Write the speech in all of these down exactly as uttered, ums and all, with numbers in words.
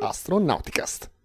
Astronauticast.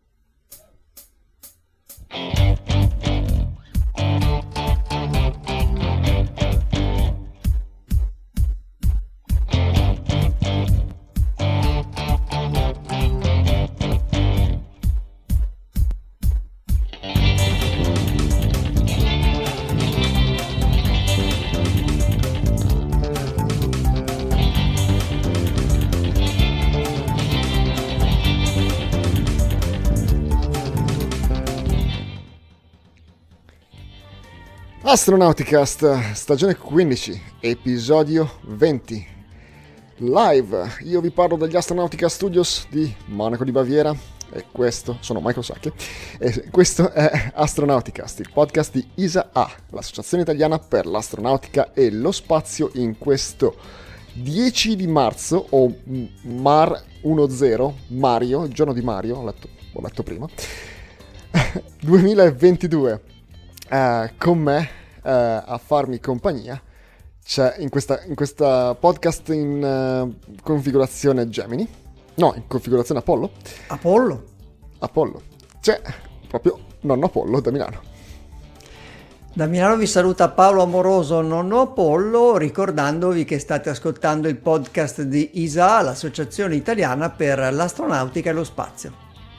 Astronauticast, stagione quindici, episodio venti. Live, io vi parlo dagli Astronautica Studios di Monaco di Baviera e questo, sono Michael Sacchi, e questo è Astronauticast, il podcast di I S A, l'associazione italiana per l'astronautica e lo spazio, in questo dieci di marzo, o Mar dieci, Mario, il giorno di Mario, ho letto, ho letto prima, duemilaventidue. Uh, con me uh, a farmi compagnia c'è in questa, in questa podcast in uh, configurazione Gemini, no, in configurazione Apollo. Apollo? Apollo. C'è proprio nonno Apollo da Milano. Da Milano vi saluta Paolo Amoroso, nonno Apollo, ricordandovi che state ascoltando il podcast di I S A, l'associazione italiana per l'astronautica e lo spazio.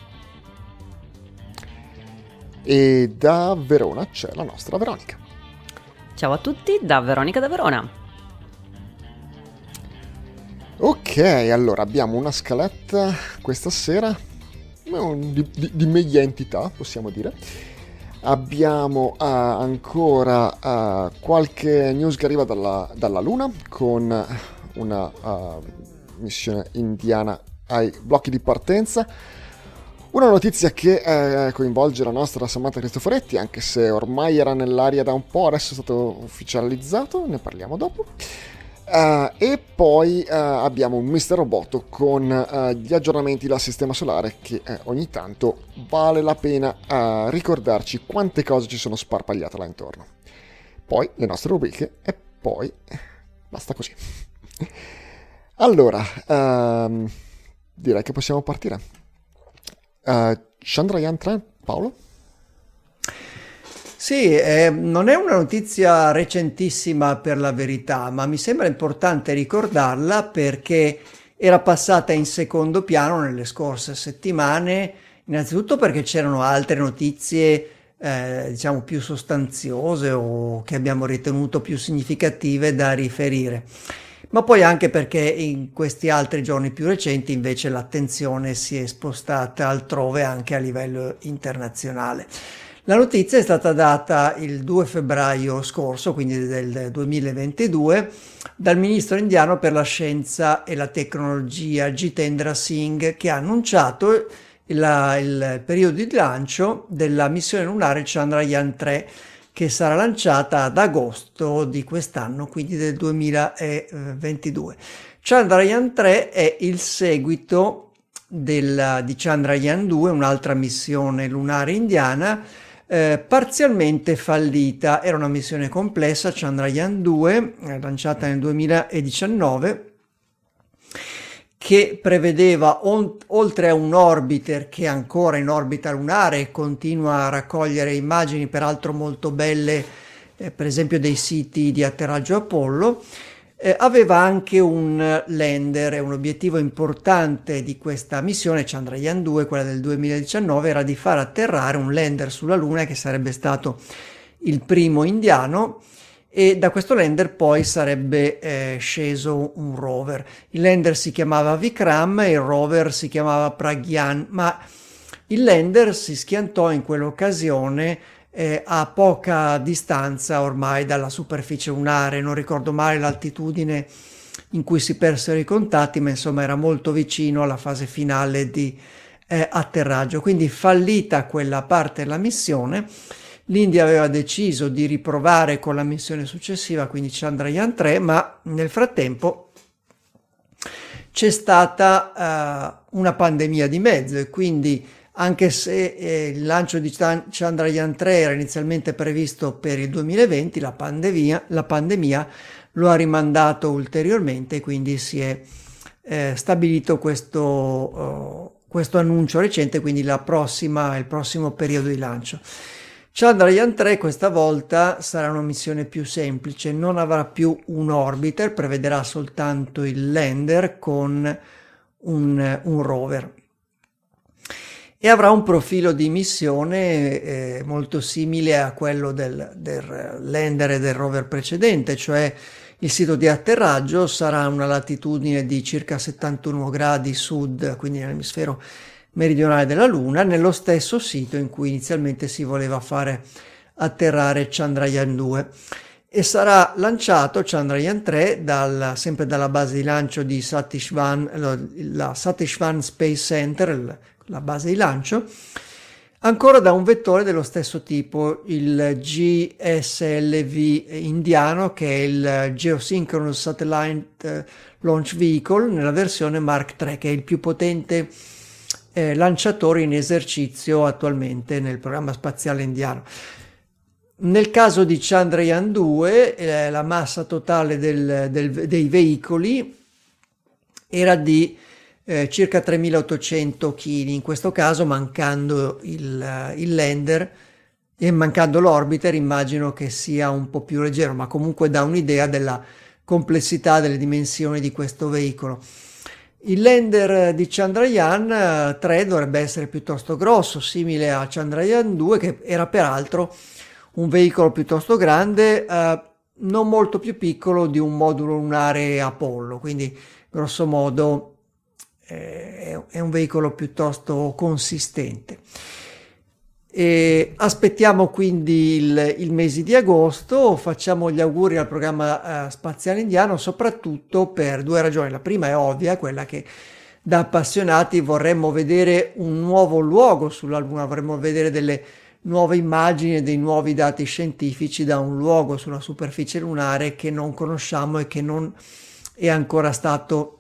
E da Verona c'è la nostra Veronica. Ciao a tutti, da Veronica da Verona. Ok, allora abbiamo una scaletta questa sera di, di, di media entità, possiamo dire. Abbiamo uh, ancora uh, qualche news che arriva dalla, dalla Luna, con una uh, missione indiana ai blocchi di partenza. Una notizia che eh, coinvolge la nostra Samantha Cristoforetti, anche se ormai era nell'aria da un po', adesso è stato ufficializzato, ne parliamo dopo. Uh, e poi uh, abbiamo un mister Roboto con uh, gli aggiornamenti del sistema solare, che uh, ogni tanto vale la pena uh, ricordarci quante cose ci sono sparpagliate là intorno. Poi le nostre rubriche e poi basta così. Allora, uh, direi che possiamo partire. Uh, Chandrayaan tre, Paolo? Sì, eh, non è una notizia recentissima per la verità, ma mi sembra importante ricordarla perché era passata in secondo piano nelle scorse settimane, innanzitutto perché c'erano altre notizie eh, diciamo più sostanziose o che abbiamo ritenuto più significative da riferire. Ma poi anche perché in questi altri giorni più recenti invece l'attenzione si è spostata altrove anche a livello internazionale. La notizia è stata data il due febbraio scorso, quindi del duemilaventidue, dal ministro indiano per la scienza e la tecnologia Jitendra Singh, che ha annunciato il, il periodo di lancio della missione lunare Chandrayaan tre, che sarà lanciata ad agosto di quest'anno, quindi del duemilaventidue. Chandrayaan tre è il seguito della, di Chandrayaan due, un'altra missione lunare indiana, eh, parzialmente fallita. Era una missione complessa, Chandrayaan due, eh, lanciata nel duemiladiciannove, che prevedeva, on, oltre a un orbiter che è ancora in orbita lunare e continua a raccogliere immagini peraltro molto belle, eh, per esempio dei siti di atterraggio Apollo, eh, aveva anche un lander. E un obiettivo importante di questa missione Chandrayaan due, quella del duemiladiciannove, era di far atterrare un lander sulla Luna, che sarebbe stato il primo indiano, e da questo lander poi sarebbe eh, sceso un rover. Il lander si chiamava Vikram e il rover si chiamava Pragyan, ma il lander si schiantò in quell'occasione eh, a poca distanza ormai dalla superficie lunare. Non ricordo male l'altitudine in cui si persero i contatti, ma insomma era molto vicino alla fase finale di eh, atterraggio. Quindi, fallita quella parte della missione, l'India aveva deciso di riprovare con la missione successiva, quindi Chandrayaan tre, ma nel frattempo c'è stata uh, una pandemia di mezzo, e quindi anche se eh, il lancio di Chandrayaan tre era inizialmente previsto per il duemilaventi, la pandemia, la pandemia lo ha rimandato ulteriormente, quindi si è eh, stabilito questo uh, questo annuncio recente, quindi la prossima, il prossimo periodo di lancio. Chandrayaan tre questa volta sarà una missione più semplice, non avrà più un orbiter, prevederà soltanto il lander con un, un rover e avrà un profilo di missione eh, molto simile a quello del, del lander e del rover precedente, cioè il sito di atterraggio sarà a una latitudine di circa settantuno gradi sud, quindi nell'emisfero meridionale della Luna, nello stesso sito in cui inizialmente si voleva fare atterrare Chandrayaan due, e sarà lanciato Chandrayaan tre dal, sempre dalla base di lancio di Satish Dhawan, la Satish Dhawan Space Center, la base di lancio, ancora da un vettore dello stesso tipo, il G S L V indiano, che è il Geosynchronous Satellite Launch Vehicle nella versione Mark tre, che è il più potente Eh, lanciatori in esercizio attualmente nel programma spaziale indiano. Nel caso di Chandrayaan due eh, la massa totale del, del, dei veicoli era di eh, circa tremilaottocento chili, in questo caso mancando il, il lander e mancando l'orbiter immagino che sia un po' più leggero, ma comunque dà un'idea della complessità delle dimensioni di questo veicolo. Il lander di Chandrayaan tre dovrebbe essere piuttosto grosso, simile a Chandrayaan due, che era peraltro un veicolo piuttosto grande, eh, non molto più piccolo di un modulo lunare Apollo, quindi grosso modo eh, è un veicolo piuttosto consistente. E aspettiamo quindi il, il mese di agosto, facciamo gli auguri al programma eh, spaziale indiano, soprattutto per due ragioni. La prima è ovvia, quella che da appassionati vorremmo vedere un nuovo luogo sulla Luna, vorremmo vedere delle nuove immagini e dei nuovi dati scientifici da un luogo sulla superficie lunare che non conosciamo e che non è ancora stato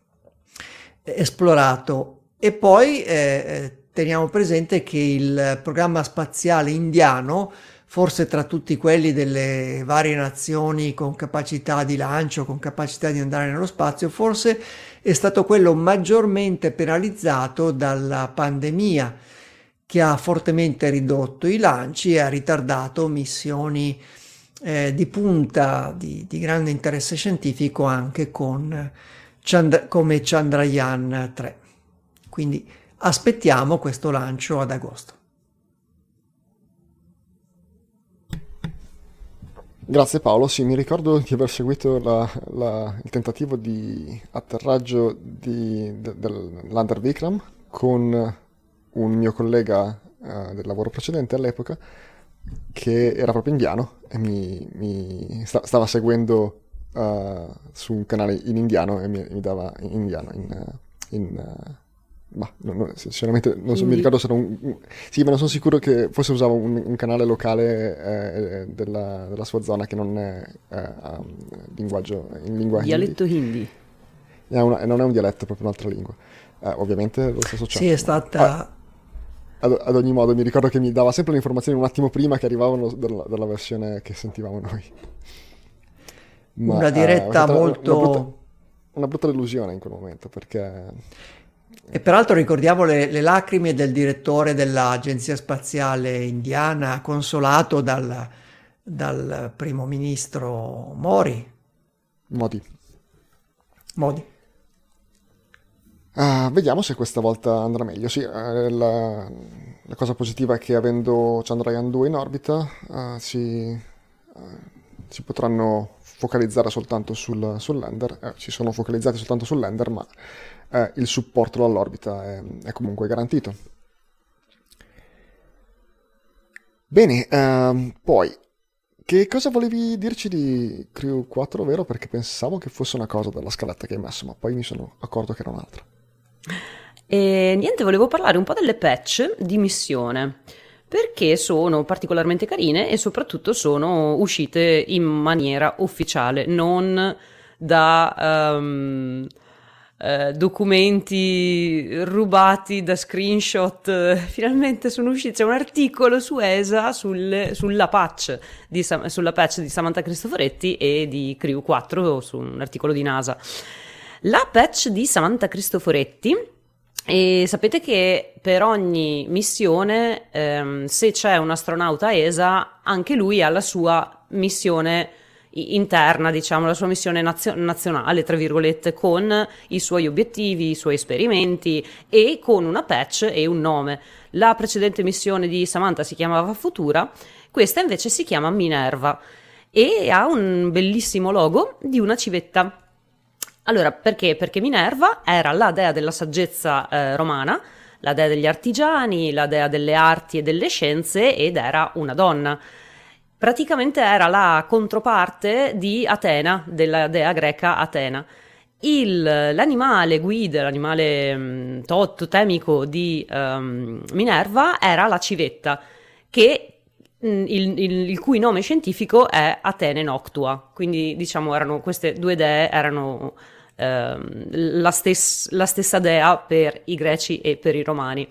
esplorato. E poi eh, teniamo presente che il programma spaziale indiano, forse tra tutti quelli delle varie nazioni con capacità di lancio, con capacità di andare nello spazio, forse è stato quello maggiormente penalizzato dalla pandemia, che ha fortemente ridotto i lanci e ha ritardato missioni eh, di punta di, di grande interesse scientifico anche con Chand- come Chandrayaan tre. Quindi aspettiamo questo lancio ad agosto. Grazie Paolo, sì, mi ricordo di aver seguito la, la, il tentativo di atterraggio di, de, del lander Vikram con un mio collega uh, del lavoro precedente all'epoca, che era proprio indiano e mi, mi sta, stava seguendo uh, su un canale in indiano e mi, mi dava in indiano in, uh, in uh, ma no, no, sinceramente non so, mi ricordo se era un, un sì, ma non sono sicuro che forse usava un, un canale locale eh, della, della sua zona che non è eh, um, linguaggio in lingua dialetto hindi, hindi. È una, non è un dialetto, è proprio un'altra lingua, eh, ovviamente lo stesso chat. Sì, è stata ah, ad, ad ogni modo mi ricordo che mi dava sempre le informazioni un attimo prima che arrivavano della, della versione che sentivamo noi. Ma, una diretta eh, molto una brutta, una brutta delusione in quel momento, perché e peraltro ricordiamo le, le lacrime del direttore dell'Agenzia Spaziale Indiana, consolato dal, dal primo ministro Mori. Modi. Modi. Uh, vediamo se questa volta andrà meglio. Sì, uh, la, la cosa positiva è che avendo Chandrayaan due in orbita uh, si, uh, si potranno focalizzare soltanto sul, sul lander. Eh, si sono focalizzati soltanto sul lander, ma eh, il supporto all'orbita è, è comunque garantito. Bene, ehm, poi, che cosa volevi dirci di Crew quattro, vero? Perché pensavo che fosse una cosa della scaletta che hai messo, ma poi mi sono accorto che era un'altra. E niente, volevo parlare un po' delle patch di missione, perché sono particolarmente carine e soprattutto sono uscite in maniera ufficiale, non da um, uh, documenti rubati da screenshot. Finalmente sono usciti, c'è un articolo su E S A sul, sulla, patch di, sulla patch di Samantha Cristoforetti e di Crew quattro, su un articolo di NASA. La patch di Samantha Cristoforetti E sapete che per ogni missione, ehm, se c'è un astronauta E S A, anche lui ha la sua missione interna, diciamo, la sua missione nazio- nazionale, tra virgolette, con i suoi obiettivi, i suoi esperimenti e con una patch e un nome. La precedente missione di Samantha si chiamava Futura, questa invece si chiama Minerva e ha un bellissimo logo di una civetta. Allora, perché? Perché Minerva era la dea della saggezza eh, romana, la dea degli artigiani, la dea delle arti e delle scienze, ed era una donna. Praticamente era la controparte di Atena, della dea greca Atena. Il, l'animale guida, l'animale um, totemico di um, Minerva era la civetta, che Il, il, il cui nome scientifico è Atene Noctua, quindi diciamo erano queste due dee erano ehm, la, stess, la stessa dea per i greci e per i romani.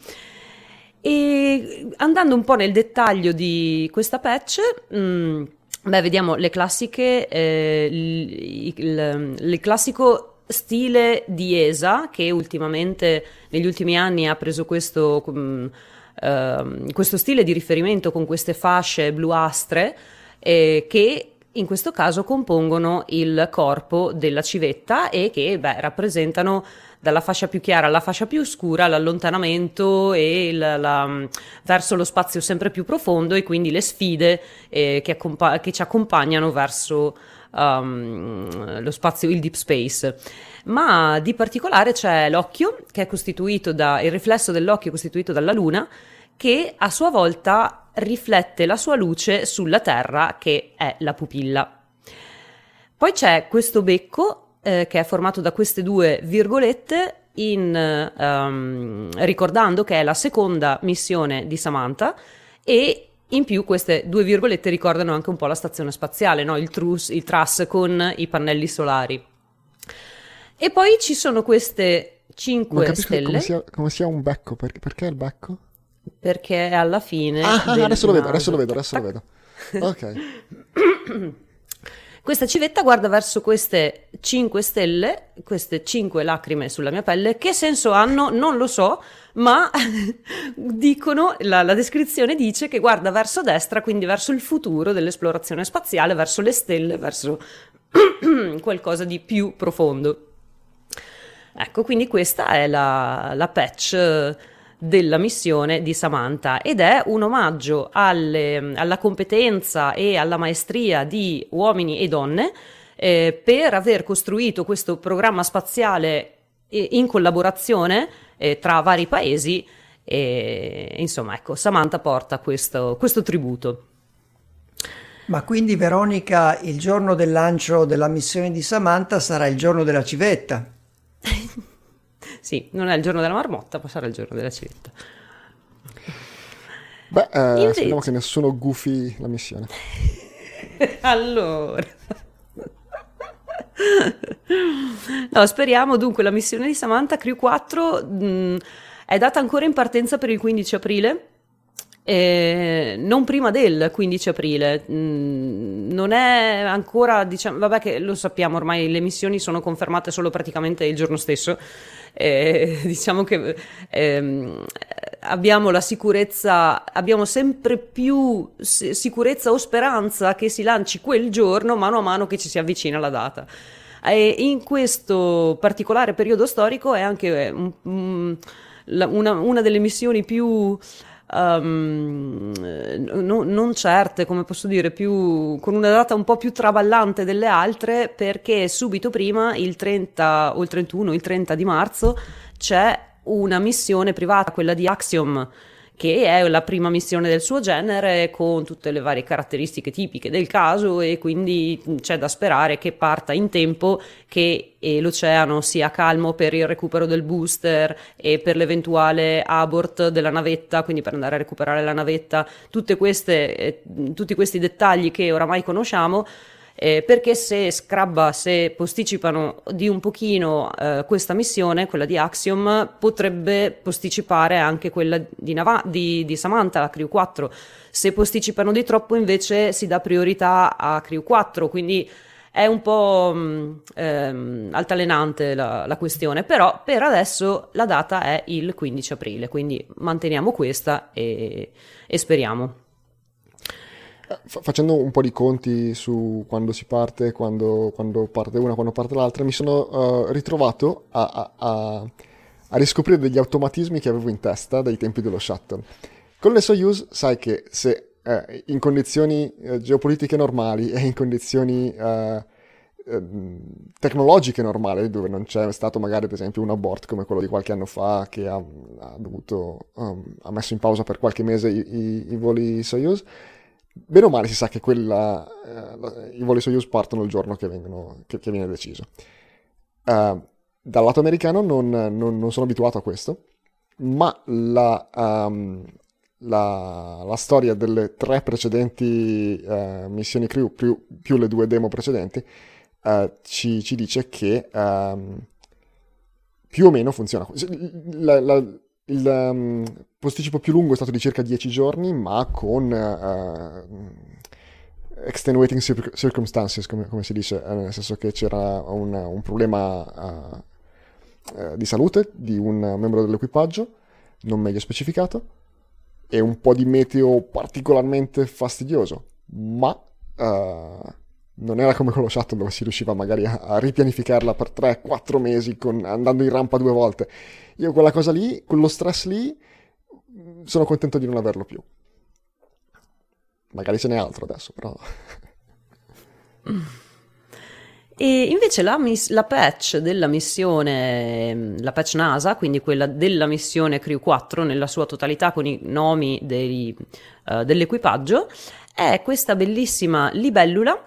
E andando un po' nel dettaglio di questa patch, mh, beh, vediamo le classiche, eh, il, il, il classico stile di E S A che ultimamente negli ultimi anni ha preso questo mh, Uh, questo stile di riferimento con queste fasce bluastre eh, che in questo caso compongono il corpo della civetta e che beh, rappresentano dalla fascia più chiara alla fascia più scura l'allontanamento e la, la, verso lo spazio sempre più profondo e quindi le sfide eh, che, accompa- che ci accompagnano verso um, lo spazio, il deep space. Ma di particolare c'è l'occhio, che è costituito da il riflesso dell'occhio è costituito dalla luna, che a sua volta riflette la sua luce sulla Terra, che è la pupilla. Poi c'è questo becco eh, che è formato da queste due virgolette, in, um, ricordando che è la seconda missione di Samantha, e in più queste due virgolette ricordano anche un po' la stazione spaziale, no? il, trus, il truss con i pannelli solari. E poi ci sono queste cinque non stelle. Come sia, come sia un becco, perché, perché è il becco? Perché è alla fine. Ah, del adesso lo vedo, naso. adesso lo vedo, adesso lo vedo. Ok. Questa civetta guarda verso queste cinque stelle, queste cinque lacrime sulla mia pelle. Che senso hanno? Non lo so, ma dicono, la, la descrizione dice che guarda verso destra, quindi verso il futuro dell'esplorazione spaziale, verso le stelle, verso qualcosa di più profondo. Ecco, quindi questa è la, la patch della missione di Samantha ed è un omaggio alle, alla competenza e alla maestria di uomini e donne eh, per aver costruito questo programma spaziale in collaborazione eh, tra vari paesi e insomma ecco, Samantha porta questo, questo tributo. Ma quindi Veronica, il giorno del lancio della missione di Samantha sarà il giorno della civetta? Sì, non è il giorno della marmotta, ma sarà il giorno della civetta. Beh, eh, Invece... speriamo che nessuno gufi la missione. Allora... No, speriamo. Dunque, la missione di Samantha Crew quattro mh, è data ancora in partenza per il quindici aprile. Eh, non prima del quindici aprile, mm, non è ancora, diciamo, vabbè che lo sappiamo ormai, le missioni sono confermate solo praticamente il giorno stesso, eh, diciamo che ehm, abbiamo la sicurezza, abbiamo sempre più s- sicurezza o speranza che si lanci quel giorno mano a mano che ci si avvicina la data. E in questo particolare periodo storico è anche um, um, la, una, una delle missioni più Um, no, non certe, come posso dire, più, con una data un po' più traballante delle altre, perché subito prima, il trenta o il trentuno, il trenta di marzo, c'è una missione privata, quella di Axiom, che è la prima missione del suo genere con tutte le varie caratteristiche tipiche del caso, e quindi c'è da sperare che parta in tempo, che eh, l'oceano sia calmo per il recupero del booster e per l'eventuale abort della navetta, quindi per andare a recuperare la navetta, tutte queste, eh, tutti questi dettagli che oramai conosciamo. Eh, perché se Scrabba, se posticipano di un pochino eh, questa missione, quella di Axiom, potrebbe posticipare anche quella di, Nava- di, di Samantha, la Crew quattro. Se posticipano di troppo invece si dà priorità a Crew quattro, quindi è un po' mh, ehm, altalenante la, la questione, però per adesso la data è il quindici aprile, quindi manteniamo questa e, e speriamo. Facendo un po' di conti su quando si parte, quando, quando parte una, quando parte l'altra, mi sono uh, ritrovato a, a, a, a riscoprire degli automatismi che avevo in testa dai tempi dello shuttle. Con le Soyuz sai che se eh, in condizioni eh, geopolitiche normali e in condizioni eh, eh, tecnologiche normali, dove non c'è stato magari ad esempio un abort come quello di qualche anno fa che ha, ha dovuto um, ha messo in pausa per qualche mese i, i, i voli Soyuz, bene o male si sa che quella, eh, i voli Soyuz partono il giorno che, vengono, che, che viene deciso. Uh, dal lato americano non, non, non sono abituato a questo, ma la, um, la, la storia delle tre precedenti uh, missioni Crew più, più le due demo precedenti uh, ci, ci dice che um, più o meno funziona. La, la, il um, posticipo più lungo è stato di circa dieci giorni, ma con uh, extenuating cir- circumstances, come, come si dice, eh, nel senso che c'era un, un problema uh, uh, di salute di un membro dell'equipaggio, non meglio specificato, e un po' di meteo particolarmente fastidioso, ma uh, non era come con lo shuttle dove si riusciva magari a, a ripianificarla per tre quattro mesi con, andando in rampa due volte. Io quella cosa lì, quello stress lì, sono contento di non averlo più. Magari ce n'è altro adesso, però... E invece la, miss- la patch della missione, la patch NASA, quindi quella della missione Crew quattro nella sua totalità con i nomi dei, uh, dell'equipaggio, è questa bellissima libellula,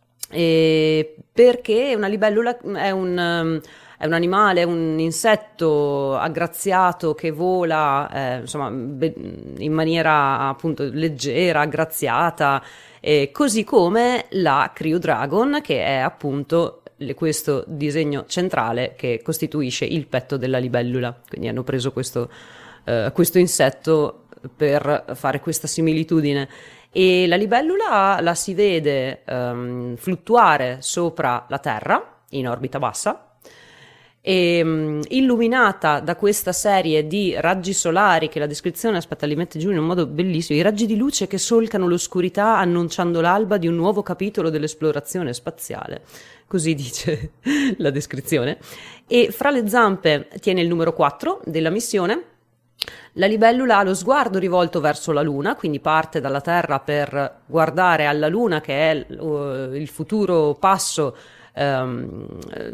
eh, perché una libellula è un... Um, È un animale, un insetto aggraziato che vola eh, insomma, be- in maniera appunto leggera, aggraziata, eh, così come la Crew Dragon, che è appunto le- questo disegno centrale che costituisce il petto della libellula. Quindi hanno preso questo, eh, questo insetto per fare questa similitudine. E la libellula la si vede ehm, fluttuare sopra la Terra in orbita bassa, e, um, illuminata da questa serie di raggi solari che la descrizione, aspetta, li mette giù in un modo bellissimo, i raggi di luce che solcano l'oscurità annunciando l'alba di un nuovo capitolo dell'esplorazione spaziale, così dice la descrizione. E fra le zampe tiene il numero quattro della missione. La libellula ha lo sguardo rivolto verso la Luna, quindi parte dalla Terra per guardare alla Luna, che è uh, il futuro passo um,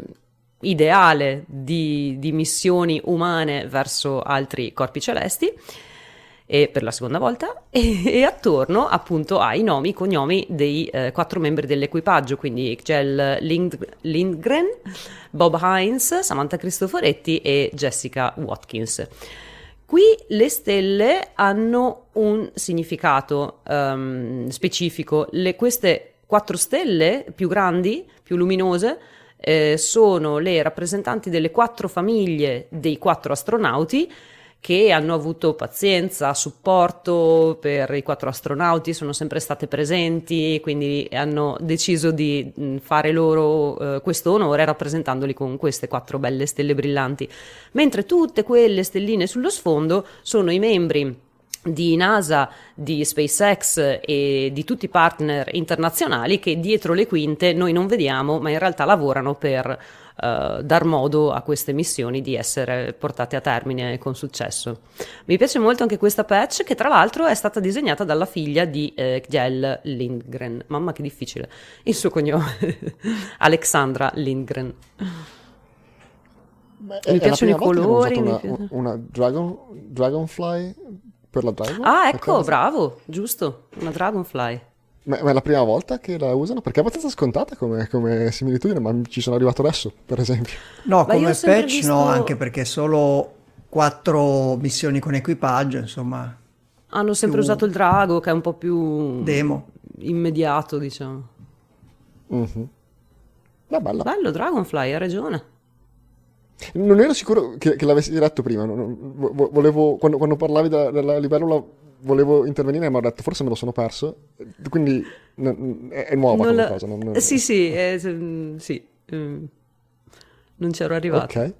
ideale di, di missioni umane verso altri corpi celesti, e per la seconda volta, e, e attorno appunto ai nomi, i cognomi dei eh, quattro membri dell'equipaggio, quindi Kjell Lind- Lindgren, Bob Hines, Samantha Cristoforetti e Jessica Watkins. Qui le stelle hanno un significato um, specifico. Le, queste quattro stelle più grandi, più luminose, Eh, sono le rappresentanti delle quattro famiglie dei quattro astronauti che hanno avuto pazienza, supporto per i quattro astronauti, sono sempre state presenti, quindi hanno deciso di mh, fare loro eh, questo onore rappresentandoli con queste quattro belle stelle brillanti, mentre tutte quelle stelline sullo sfondo sono i membri di NASA, di SpaceX e di tutti i partner internazionali che dietro le quinte noi non vediamo, ma in realtà lavorano per uh, dar modo a queste missioni di essere portate a termine con successo. Mi piace molto anche questa patch, che tra l'altro è stata disegnata dalla figlia di eh, Kjell Lindgren. Mamma che difficile il suo cognome. Alexandra Lindgren. Beh, mi piacciono i colori. Una, mi piace... una dragon, Dragonfly per la Dragon? Ah, ecco, bravo, giusto, una Dragonfly. Ma, ma è la prima volta che la usano? Perché è abbastanza scontata come, come similitudine, ma ci sono arrivato adesso, per esempio. No, Ma io come ho sempre patch visto- no, anche perché solo quattro missioni con equipaggio, insomma, Hanno sempre più usato il drago, che è un po' più demo. immediato, diciamo. Mhm. Ma bella. Bello, Dragonfly, ha ragione. Non ero sicuro che, che l'avessi letto prima. non- non- vo- volevo, quando, quando parlavi della, della libellula, volevo intervenire ma ho detto forse me lo sono perso, quindi n- è, è nuova Non come la- cosa. Non... Sì, sì, eh, se- mm, sì, mm, non c'ero arrivato. Ok.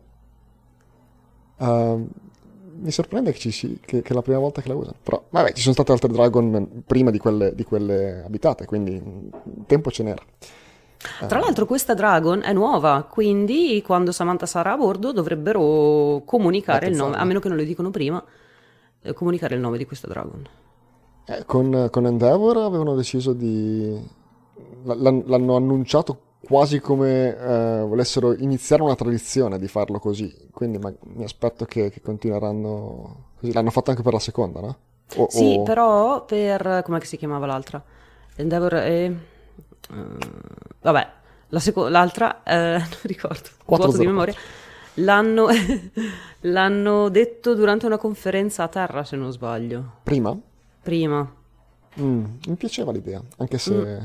Ehm, mi sorprende che, ci si- che, che è la prima volta che la usano. Però, vabbè, ci sono state altre Dragon prima di quelle, di quelle abitate, quindi mm, tempo ce n'era. Tra l'altro questa Dragon è nuova, quindi quando Samantha sarà a bordo dovrebbero comunicare il nome, a Battezzarla. meno che non le dicono prima, eh, comunicare il nome di questa Dragon. Eh, con, con Endeavor avevano deciso di... l- l'han- l'hanno annunciato quasi come eh, volessero iniziare una tradizione di farlo così, quindi ma- mi aspetto che, che continueranno così. L'hanno fatto anche per la seconda, no? O, Sì, o- però per... com'è che si chiamava l'altra? Endeavor e... eh, vabbè, la seco- l'altra, eh, non ricordo, vuoto di memoria, l'hanno... l'hanno detto durante una conferenza a terra, se non sbaglio, prima? prima. Mm, mi piaceva l'idea, anche se...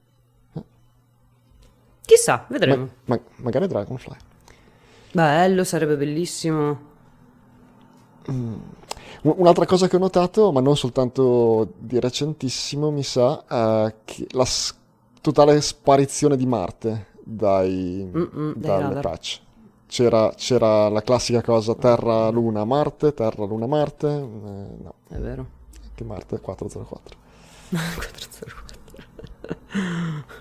Chissà, vedremo. ma- ma- magari Dragonfly. Bello, sarebbe bellissimo. Un- Un'altra cosa che ho notato, ma non soltanto di recentissimo, mi sa, è che la s- totale sparizione di Marte dai, Mm-mm, dai dalle radar. patch. C'era, c'era la classica cosa Terra, Luna, Marte, Terra, Luna, Marte. eh, no, È vero. anche Marte è quattrocentoquarantaquattro. quattrocentoquarantaquattro.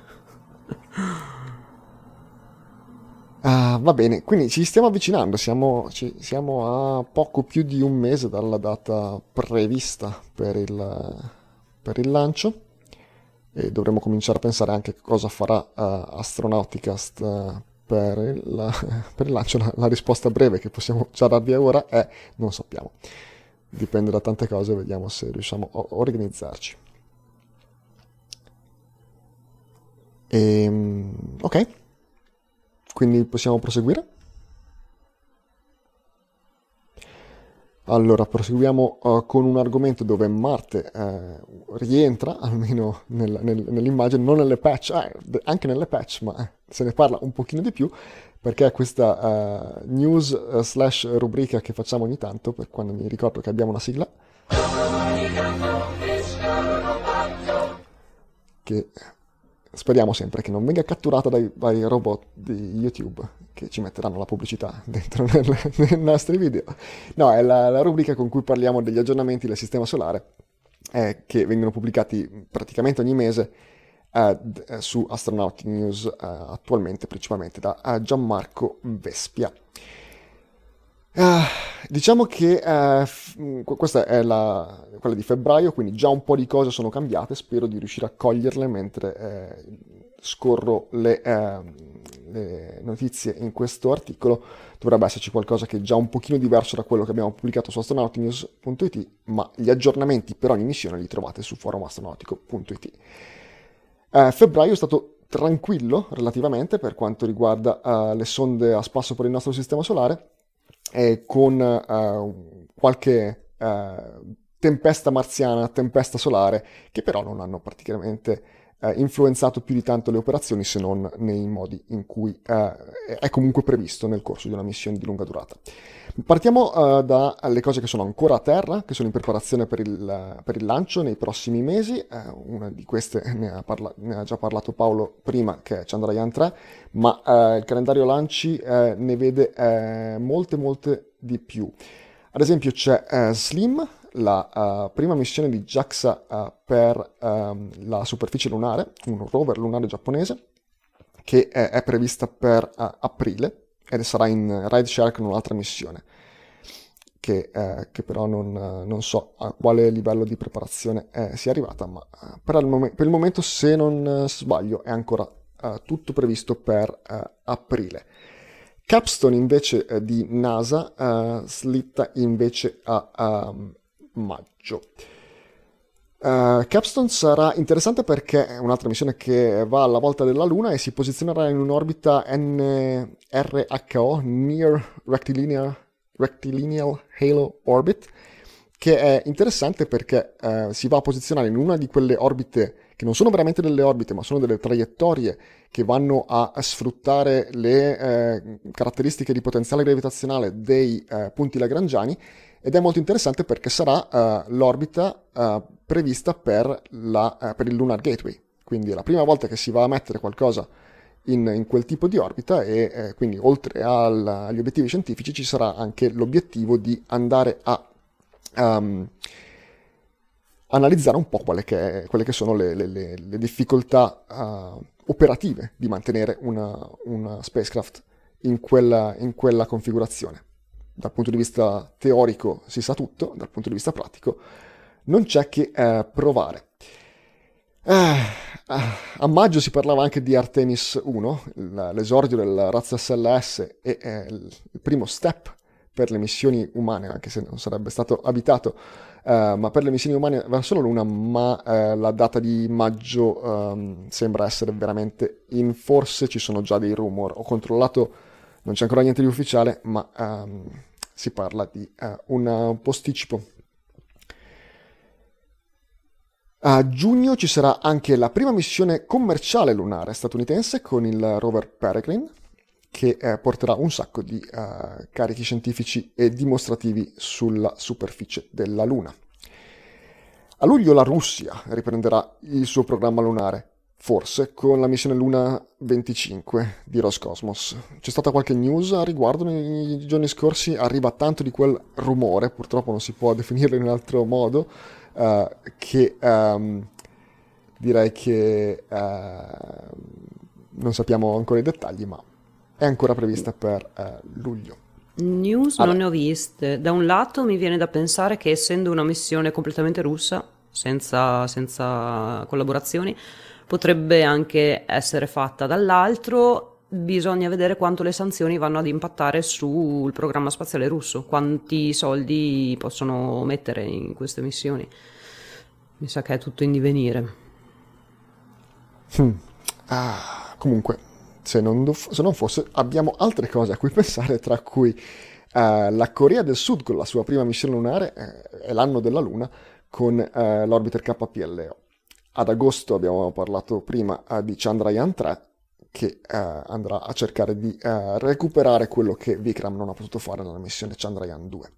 Ah, va bene, quindi ci stiamo avvicinando, siamo, ci- siamo a poco più di un mese dalla data prevista per il, per il lancio e dovremo cominciare a pensare anche cosa farà eh, Astronauticast eh, per il, per il lancio. La, la risposta breve che possiamo già darvi ora è non sappiamo, dipende da tante cose, vediamo se riusciamo a organizzarci. Ehm, ok. Quindi possiamo proseguire? Allora, proseguiamo uh, con un argomento dove Marte eh, rientra, almeno nel- nel- nell'immagine, non nelle patch, eh, d- anche nelle patch, ma eh, se ne parla un pochino di più, perché è questa eh, news eh, slash rubrica che facciamo ogni tanto, per quando mi ricordo che abbiamo una sigla, che speriamo sempre che non venga catturata dai, dai robot di YouTube che ci metteranno la pubblicità dentro nel- nei nostri video. No, è la, la rubrica con cui parliamo degli aggiornamenti del Sistema Solare eh, che vengono pubblicati praticamente ogni mese eh, d- eh, su Astronautic News, eh, attualmente principalmente da eh, Gianmarco Vespia. Ah, diciamo che eh, f- mh, qu- questa è la, quella di febbraio, quindi già un po' di cose sono cambiate, spero di riuscire a coglierle mentre eh, scorro le, eh, le notizie in questo articolo. Dovrebbe esserci qualcosa che è già un pochino diverso da quello che abbiamo pubblicato su astronauticnews punto it, ma gli aggiornamenti per ogni missione li trovate su forum astronautico punto it. Eh, febbraio è stato tranquillo relativamente per quanto riguarda eh, le sonde a spasso per il nostro sistema solare, eh, con eh, qualche eh, tempesta marziana, tempesta solare, che però non hanno praticamente eh, influenzato più di tanto le operazioni, se non nei modi in cui eh, è comunque previsto nel corso di una missione di lunga durata. Partiamo eh, dalle cose che sono ancora a terra, che sono in preparazione per il, per il lancio nei prossimi mesi. Eh, una di queste ne ha, parla- ne ha già parlato Paolo prima, che è Chandrayaan tre, ma eh, il calendario lanci eh, ne vede eh, molte, molte di più. Ad esempio c'è eh, SLIM, la eh, prima missione di JAXA eh, per ehm, la superficie lunare, un rover lunare giapponese, che è, è prevista per eh, aprile, ed sarà in ride share con un'altra missione, che, eh, che però non, eh, non so a quale livello di preparazione eh, sia arrivata, ma eh, per, il mom- per il momento, se non eh, sbaglio, è ancora eh, tutto previsto per eh, aprile. Capstone invece eh, di NASA eh, slitta invece a, a maggio. Uh, Capstone sarà interessante perché è un'altra missione che va alla volta della Luna e si posizionerà in un'orbita N R H O, Near Rectilinear, Rectilineal Halo Orbit, che è interessante perché uh, si va a posizionare in una di quelle orbite che non sono veramente delle orbite, ma sono delle traiettorie che vanno a, a sfruttare le eh, caratteristiche di potenziale gravitazionale dei eh, punti lagrangiani, ed è molto interessante perché sarà uh, l'orbita uh, prevista per, la, uh, per il Lunar Gateway, quindi è la prima volta che si va a mettere qualcosa in, in quel tipo di orbita e eh, quindi oltre al, agli obiettivi scientifici ci sarà anche l'obiettivo di andare a um, analizzare un po' quelle che, quelle che sono le, le, le, le difficoltà uh, operative di mantenere una, una spacecraft in quella, in quella configurazione. Dal punto di vista teorico si sa tutto, dal punto di vista pratico non c'è che eh, provare. Eh, a maggio si parlava anche di Artemis uno, l'esordio del razzo S L S e eh, il primo step per le missioni umane, anche se non sarebbe stato abitato, eh, ma per le missioni umane verso la Luna, ma eh, la data di maggio eh, sembra essere veramente in forse, ci sono già dei rumor, ho controllato, non c'è ancora niente di ufficiale, ma ehm, si parla di eh, un posticipo. A giugno ci sarà anche la prima missione commerciale lunare statunitense con il rover Peregrine, che eh, porterà un sacco di uh, carichi scientifici e dimostrativi sulla superficie della Luna. A luglio la Russia riprenderà il suo programma lunare, forse con la missione Luna venticinque di Roscosmos. C'è stata qualche news a riguardo nei giorni scorsi, arriva tanto di quel rumore, purtroppo non si può definirlo in un altro modo, uh, che um, direi che uh, non sappiamo ancora i dettagli, ma è ancora prevista per eh, luglio. News allora. Non ne ho viste. Da un lato mi viene da pensare che essendo una missione completamente russa, senza, senza collaborazioni, potrebbe anche essere fatta. Dall'altro bisogna vedere quanto le sanzioni vanno ad impattare sul programma spaziale russo, quanti soldi possono mettere in queste missioni. Mi sa che è tutto in divenire. Hmm. Ah, comunque... Se non, se non fosse, abbiamo altre cose a cui pensare, tra cui eh, la Corea del Sud con la sua prima missione lunare, eh, è l'anno della Luna, con eh, l'orbiter K P L O. Ad agosto abbiamo parlato prima eh, di Chandrayaan tre, che eh, andrà a cercare di eh, recuperare quello che Vikram non ha potuto fare nella missione Chandrayaan due.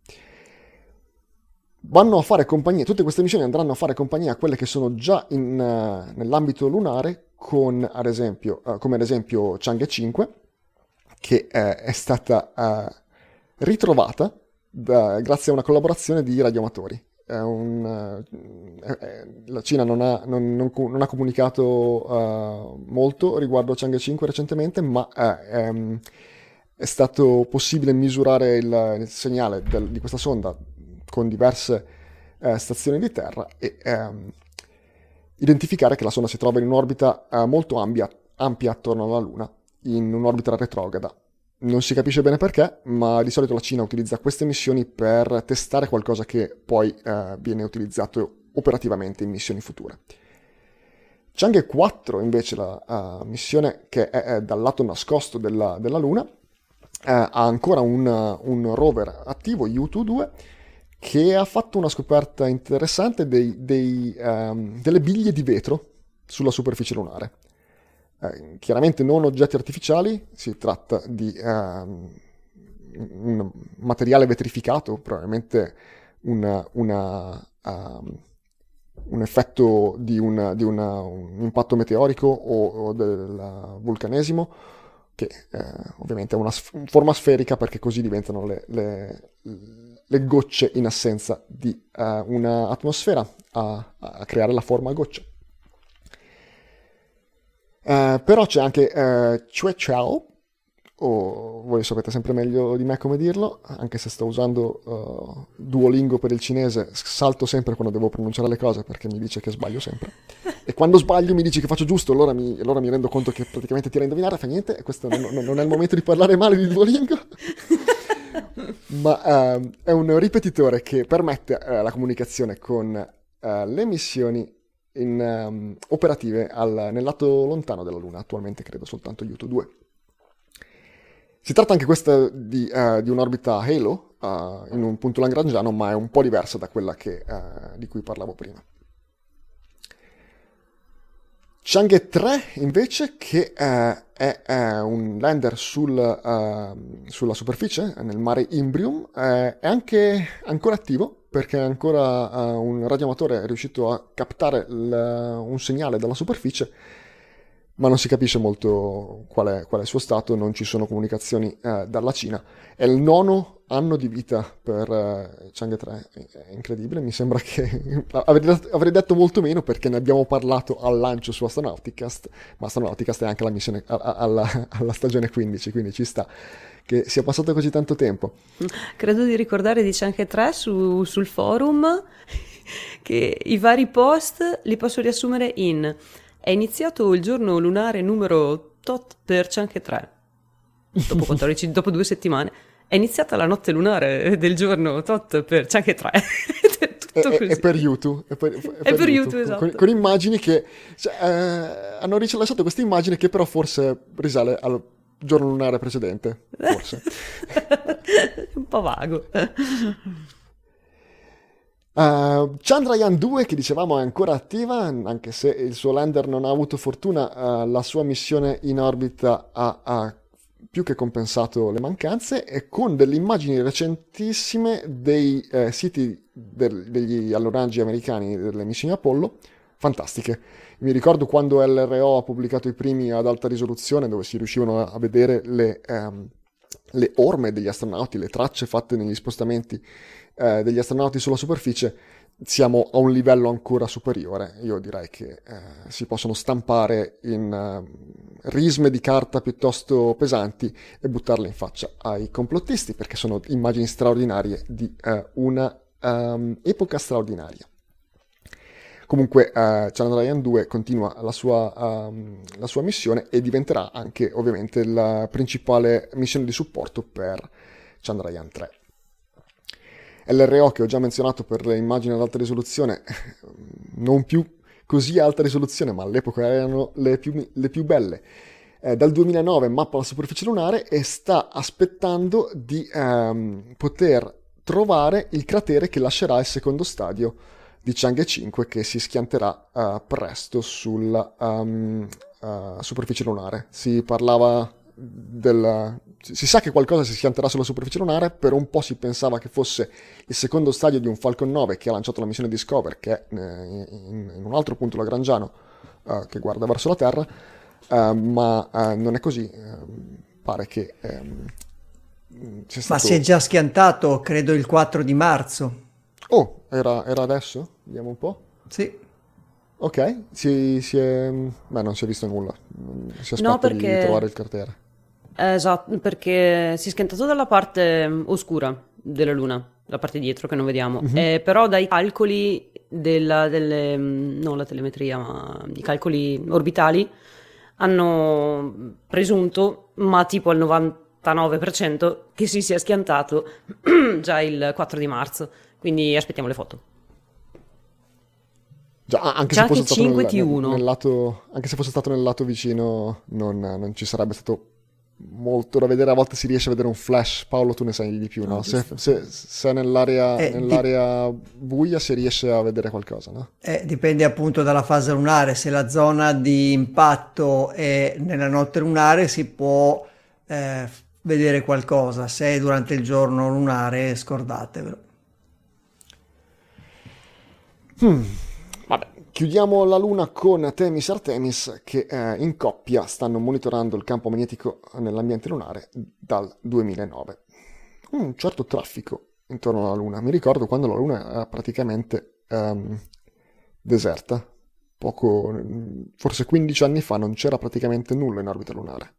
Vanno a fare compagnia, tutte queste missioni andranno a fare compagnia a quelle che sono già in, uh, nell'ambito lunare, con ad esempio, uh, come ad esempio Chang'e cinque, che uh, è stata uh, ritrovata da, grazie a una collaborazione di radioamatori. È un, uh, è, la Cina non ha, non, non, non ha comunicato uh, molto riguardo Chang'e cinque recentemente, ma uh, è, è stato possibile misurare il, il segnale del, di questa sonda con diverse eh, stazioni di terra e ehm, identificare che la sonda si trova in un'orbita eh, molto ampia, ampia attorno alla Luna, in un'orbita retrograda. Non si capisce bene perché, ma di solito la Cina utilizza queste missioni per testare qualcosa che poi eh, viene utilizzato operativamente in missioni future. Chang'e quattro, invece, la uh, missione che è, è dal lato nascosto della, della Luna, eh, ha ancora un, un rover attivo, U ventidue, che ha fatto una scoperta interessante dei, dei, um, delle biglie di vetro sulla superficie lunare. Eh, chiaramente non oggetti artificiali, si tratta di um, un materiale vetrificato, probabilmente una, una, um, un effetto di, una, di una, un impatto meteorico o, o del vulcanesimo, che eh, ovviamente ha una sf- forma sferica perché così diventano le... le le gocce in assenza di uh, una atmosfera a, a creare la forma a goccia. Uh, però c'è anche uh, Chuechao, o voi sapete sempre meglio di me come dirlo, anche se sto usando uh, Duolingo per il cinese, salto sempre quando devo pronunciare le cose perché mi dice che sbaglio sempre. E quando sbaglio mi dici che faccio giusto, allora mi, allora mi rendo conto che praticamente tira a indovinare, fa niente, e questo non, non è il momento di parlare male di Duolingo. Ma uh, è un ripetitore che permette uh, la comunicazione con uh, le missioni in, um, operative al, nel lato lontano della Luna, attualmente credo soltanto Yutu due. Si tratta anche questa di, uh, di un'orbita Halo uh, in un punto lagrangiano, ma è un po' diversa da quella che, uh, di cui parlavo prima. Chang'e tre invece, che eh, è, è un lander sul, uh, sulla superficie, nel mare Imbrium, eh, è anche ancora attivo, perché ancora uh, un radioamatore è riuscito a captare l, un segnale dalla superficie, ma non si capisce molto qual è, qual è il suo stato, non ci sono comunicazioni eh, dalla Cina. È il nono anno di vita per eh, Chang'e tre, è incredibile, mi sembra che avrei detto, avrei detto molto meno, perché ne abbiamo parlato al lancio su Astronauticast, ma Astronauticast è anche la missione alla, alla, alla stagione quindici, quindi ci sta che sia passato così tanto tempo. Credo di ricordare di Chang'e tre su, sul forum che i vari post li posso riassumere in: è iniziato il giorno lunare numero tot per Chang'e tre, dopo quattordici, dopo due settimane. È iniziata la notte lunare del giorno tot per Chang'e tre. Tutto è, così. è per YouTube, è per, è per, è per YouTube, YouTube, esatto. Con, con immagini che cioè, eh, hanno rilasciato questa immagine che però forse risale al giorno lunare precedente, forse. Un po' vago. Uh, Chandrayaan due, che dicevamo è ancora attiva, anche se il suo lander non ha avuto fortuna, uh, la sua missione in orbita ha, ha più che compensato le mancanze, e con delle immagini recentissime dei eh, siti del, degli alloraggi americani delle missioni Apollo, fantastiche. Mi ricordo quando L R O ha pubblicato i primi ad alta risoluzione, dove si riuscivano a vedere le, um, le orme degli astronauti, le tracce fatte negli spostamenti eh, degli astronauti sulla superficie. Siamo a un livello ancora superiore. Io direi che eh, si possono stampare in uh, risme di carta piuttosto pesanti e buttarle in faccia ai complottisti, perché sono immagini straordinarie di uh, una um, epoca straordinaria. Comunque uh, Chandrayaan due continua la sua, um, la sua missione, e diventerà anche ovviamente la principale missione di supporto per Chandrayaan tre. L R O, che ho già menzionato per le immagini ad alta risoluzione, non più così alta risoluzione, ma all'epoca erano le più, le più belle, eh, dal duemilanove mappa la superficie lunare e sta aspettando di ehm, poter trovare il cratere che lascerà il secondo stadio di Chang'e cinque, che si schianterà uh, presto sulla um, uh, superficie lunare. Si parlava del... si sa che qualcosa si schianterà sulla superficie lunare. Per un po' si pensava che fosse il secondo stadio di un Falcon nove che ha lanciato la missione Discover, che è eh, in, in un altro punto lagrangiano uh, che guarda verso la Terra, uh, ma uh, non è così. Uh, pare che um, c'è stato... Ma si è già schiantato, credo, il quattro di marzo. Oh, era, era adesso? Vediamo un po'. Sì. Ok, si, si è... Beh, non si è visto nulla. Si aspetta No, perché... di trovare il cratere. Esatto, perché si è schiantato dalla parte oscura della Luna, la parte dietro che non vediamo. Mhm. Eh, però dai calcoli della, delle... non la telemetria, ma i calcoli orbitali, hanno presunto, ma tipo al novantanove per cento, che si sia schiantato già il quattro di marzo. Quindi aspettiamo le foto. Già, anche, C'è se fosse anche stato cinque nel, T uno. nel lato, anche se fosse stato nel lato vicino, non, non ci sarebbe stato molto da vedere. A volte si riesce a vedere un flash. Paolo, tu ne sai di più, no? No, Se, se, se è nell'area, Eh, nell'area buia si riesce a vedere qualcosa, no? Eh, dipende appunto dalla fase lunare. Se la zona di impatto è nella notte lunare si può eh, vedere qualcosa. Se è durante il giorno lunare, scordatevelo. Hmm. Vabbè, chiudiamo la Luna con Themis e Artemis, che eh, in coppia stanno monitorando il campo magnetico nell'ambiente lunare dal duemilanove. Un certo traffico intorno alla Luna. Mi ricordo quando la Luna era praticamente um, deserta. Poco, forse quindici anni fa non c'era praticamente nulla in orbita lunare.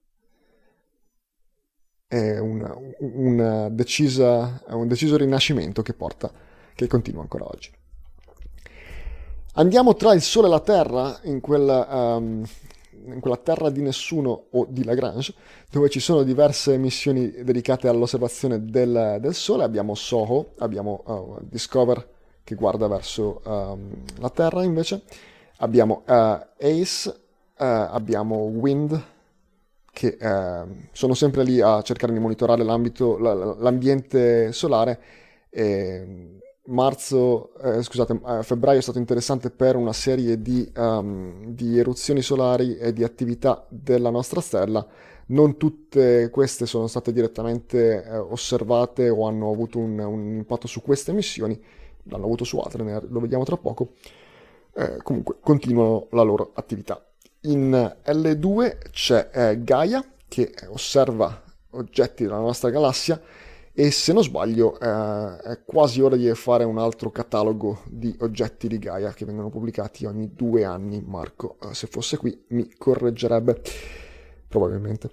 È una, una decisa, un deciso rinascimento che porta, che continua ancora oggi. Andiamo tra il Sole e la Terra, in quella, um, in quella terra di nessuno o di Lagrange, dove ci sono diverse missioni dedicate all'osservazione del, del Sole. Abbiamo SOHO, abbiamo uh, Discover, che guarda verso um, la Terra invece, abbiamo uh, ACE, uh, abbiamo WIND, che uh, sono sempre lì a cercare di monitorare l'ambito, l'ambiente solare, e marzo, eh, scusate, eh, febbraio è stato interessante per una serie di, um, di eruzioni solari e di attività della nostra stella. Non tutte queste sono state direttamente eh, osservate o hanno avuto un, un impatto su queste emissioni, l'hanno avuto su altre, ne- lo vediamo tra poco. Eh, comunque continuano la loro attività. In L due c'è eh, Gaia, che osserva oggetti della nostra galassia, e se non sbaglio eh, è quasi ora di fare un altro catalogo di oggetti di Gaia che vengono pubblicati ogni due anni. Marco, eh, se fosse qui, mi correggerebbe probabilmente.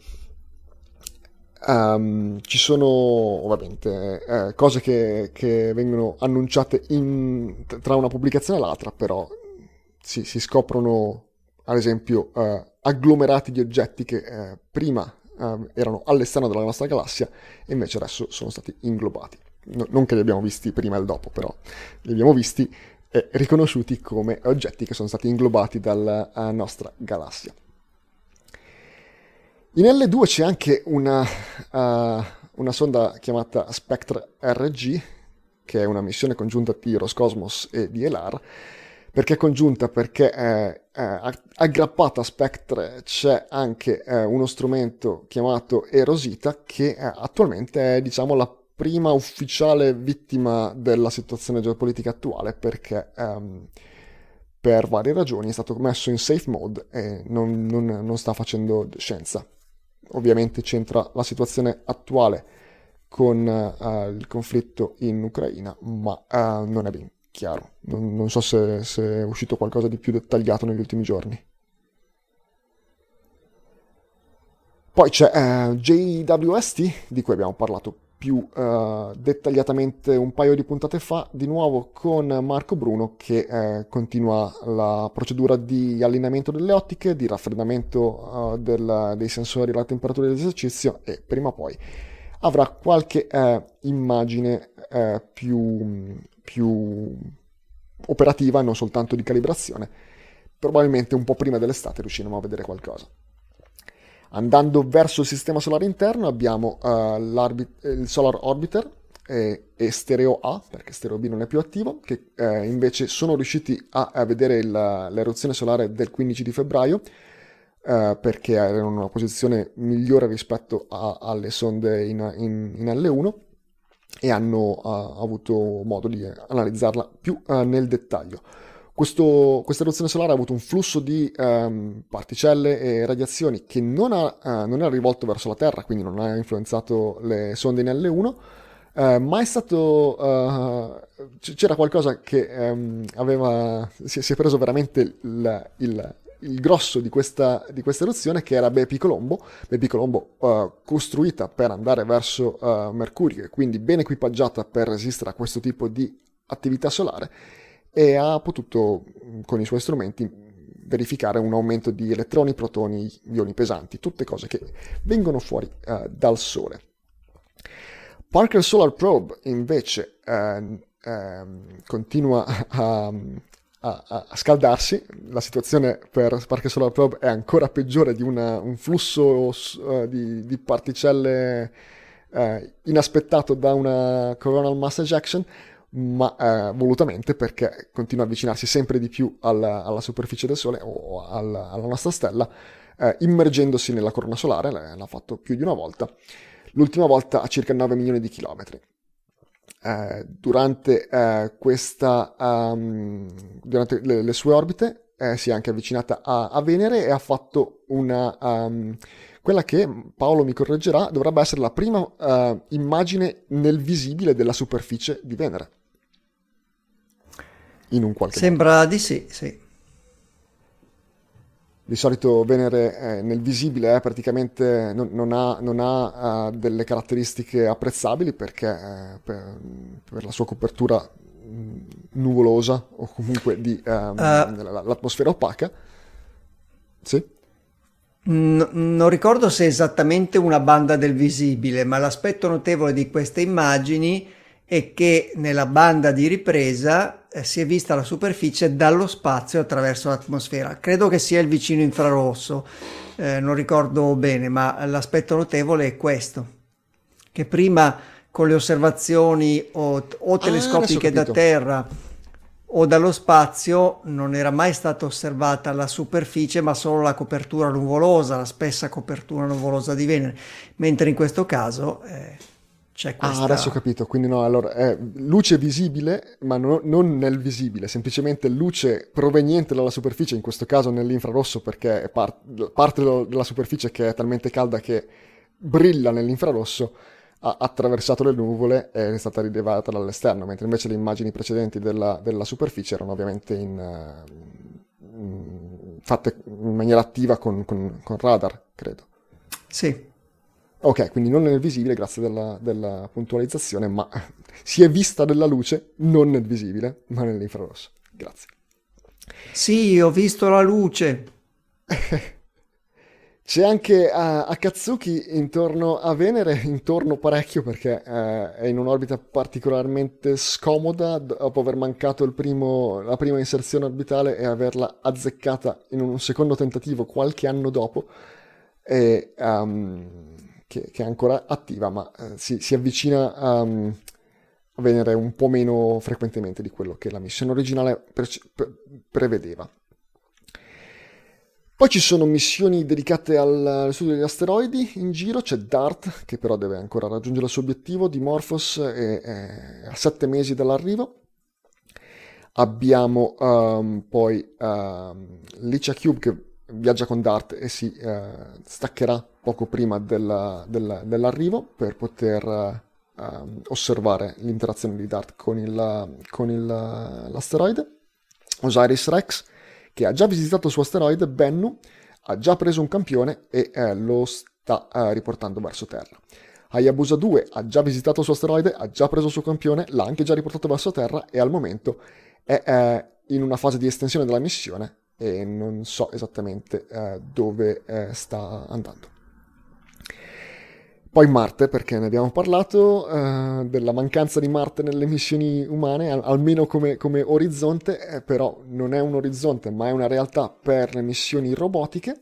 Um, ci sono ovviamente eh, cose che, che vengono annunciate in, tra una pubblicazione e l'altra, però si, si scoprono ad esempio eh, agglomerati di oggetti che eh, prima Uh, erano all'esterno della nostra galassia e invece adesso sono stati inglobati. No, non che li abbiamo visti prima e il dopo, però li abbiamo visti e riconosciuti come oggetti che sono stati inglobati dalla uh, nostra galassia. In L due c'è anche una, uh, una sonda chiamata Spectre R G, che è una missione congiunta di Roscosmos e di E L A R. Perché congiunta? Perché eh, eh, aggrappata a Spectre c'è anche eh, uno strumento chiamato Erosita, che eh, attualmente è, diciamo, la prima ufficiale vittima della situazione geopolitica attuale, perché ehm, per varie ragioni è stato messo in safe mode e non, non, non sta facendo scienza. Ovviamente c'entra la situazione attuale con uh, il conflitto in Ucraina, ma uh, non è ben chiaro. Non, non so se, se è uscito qualcosa di più dettagliato negli ultimi giorni. Poi c'è uh, J W S T, di cui abbiamo parlato più uh, dettagliatamente un paio di puntate fa, di nuovo con Marco Bruno, che uh, continua la procedura di allineamento delle ottiche, di raffreddamento uh, del, dei sensori alla temperatura dell'esercizio, e prima o poi avrà qualche uh, immagine uh, più, più operativa, non soltanto di calibrazione. Probabilmente un po' prima dell'estate riusciremo a vedere qualcosa. Andando verso il sistema solare interno abbiamo uh, il Solar Orbiter e, e Stereo A, perché Stereo B non è più attivo, che eh, invece sono riusciti a, a vedere il, l'eruzione solare del quindici di febbraio, uh, perché erano in una posizione migliore rispetto a, alle sonde in, in, in L uno, e hanno uh, avuto modo di analizzarla più uh, nel dettaglio. Questo, questa eruzione solare ha avuto un flusso di um, particelle e radiazioni che non, ha, uh, non era rivolto verso la Terra, quindi non ha influenzato le sonde in L uno, uh, ma è stato uh, c'era qualcosa che um, aveva si, si è preso veramente il, il, il grosso di questa, di questa eruzione, che era Bepi Colombo, Bepi Colombo uh, costruita per andare verso uh, Mercurio, e quindi ben equipaggiata per resistere a questo tipo di attività solare, e ha potuto, con i suoi strumenti, verificare un aumento di elettroni, protoni, ioni pesanti, tutte cose che vengono fuori uh, dal Sole. Parker Solar Probe invece uh, uh, continua a, a, a scaldarsi. La situazione per Parker Solar Probe è ancora peggiore di una, un flusso uh, di, di particelle uh, inaspettato da una coronal mass ejection, ma eh, volutamente, perché continua a avvicinarsi sempre di più alla, alla superficie del Sole o alla, alla nostra stella, eh, immergendosi nella corona solare. L'ha fatto più di una volta, l'ultima volta a circa nove milioni di chilometri. Eh, durante eh, questa um, durante le, le sue orbite eh, si è anche avvicinata a, a Venere e ha fatto una um, quella che, Paolo mi correggerà, dovrebbe essere la prima uh, immagine nel visibile della superficie di Venere. In un qualche Sembra modo. di sì, sì. Di solito Venere eh, nel visibile eh, praticamente non, non ha, non ha uh, delle caratteristiche apprezzabili, perché eh, per, per la sua copertura mh, nuvolosa, o comunque di um, uh, l'atmosfera opaca. Sì? N- non ricordo se è esattamente una banda del visibile, ma l'aspetto notevole di queste immagini è che nella banda di ripresa eh, si è vista la superficie dallo spazio attraverso l'atmosfera. Credo che sia il vicino infrarosso, eh, non ricordo bene, ma l'aspetto notevole è questo, che prima con le osservazioni o, o Ah, adesso ho telescopiche da capito. terra o dallo spazio non era mai stata osservata la superficie, ma solo la copertura nuvolosa, la spessa copertura nuvolosa di Venere, mentre in questo caso eh, c'è Ah, adesso ho questa... capito, quindi no, allora è luce visibile, ma no- non nel visibile, semplicemente luce proveniente dalla superficie, in questo caso nell'infrarosso, perché è par- parte dello- della superficie che è talmente calda che brilla nell'infrarosso, ha attraversato le nuvole e è stata rilevata dall'esterno, mentre invece le immagini precedenti della, della superficie erano ovviamente in, eh, in- fatte in maniera attiva con, con- con radar, credo. Sì. Ok, quindi non nel visibile, grazie della, della puntualizzazione, ma si è vista della luce, non nel visibile, ma nell'infrarosso. Grazie. Sì, ho visto la luce. C'è anche uh, Akatsuki intorno a Venere, intorno parecchio perché uh, è in un'orbita particolarmente scomoda dopo aver mancato il primo, la prima inserzione orbitale e averla azzeccata in un secondo tentativo qualche anno dopo, e, um, che, che è ancora attiva, ma uh, si, si avvicina um, a Venere un po' meno frequentemente di quello che la missione originale pre- pre- prevedeva. Poi ci sono missioni dedicate al, al studio degli asteroidi in giro, c'è DART, che però deve ancora raggiungere il suo obiettivo, Dimorphos è, è a sette mesi dall'arrivo. Abbiamo um, poi um, Licia Cube che viaggia con DART e si uh, staccherà poco prima della, della, dell'arrivo per poter uh, um, osservare l'interazione di DART con, il, con il, l'asteroide. Osiris-Rex, che ha già visitato il suo asteroide, Bennu, ha già preso un campione e eh, lo sta eh, riportando verso Terra. Hayabusa due ha già visitato il suo asteroide, ha già preso il suo campione, l'ha anche già riportato verso Terra e al momento è eh, in una fase di estensione della missione e non so esattamente eh, dove eh, sta andando. Poi Marte, perché ne abbiamo parlato, eh, della mancanza di Marte nelle missioni umane, al- almeno come, come orizzonte, eh, però non è un orizzonte, ma è una realtà per le missioni robotiche.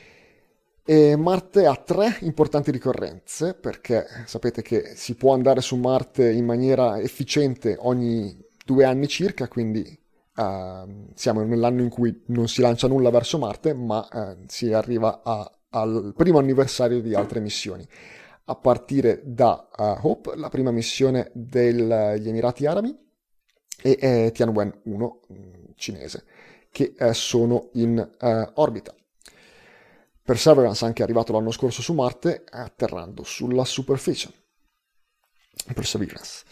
E Marte ha tre importanti ricorrenze, perché sapete che si può andare su Marte in maniera efficiente ogni due anni circa, quindi eh, siamo nell'anno in cui non si lancia nulla verso Marte, ma eh, si arriva a- al primo anniversario di altre missioni a partire da uh, Hope, la prima missione degli Emirati Arabi, e eh, Tianwen uno cinese, che eh, sono in uh, orbita. Perseverance anche è arrivato l'anno scorso su Marte, atterrando sulla superficie. Perseverance.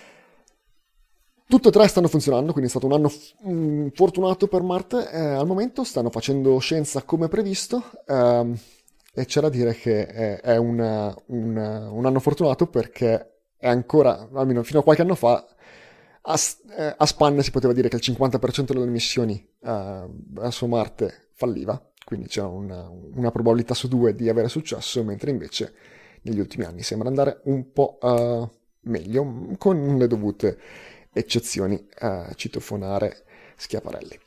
Tutte e tre stanno funzionando, quindi è stato un anno f- mh, fortunato per Marte. Eh, al momento stanno facendo scienza come previsto. Ehm, E c'è da dire che è, è una- una- un anno fortunato perché è ancora, almeno fino a qualche anno fa, a, s- eh, a spanne si poteva dire che il cinquanta per cento delle missioni eh, verso Marte falliva, quindi c'era una, una probabilità su due di avere successo, mentre invece negli ultimi anni sembra andare un po' eh, meglio, con le dovute eccezioni, eh, citofonare Schiaparelli.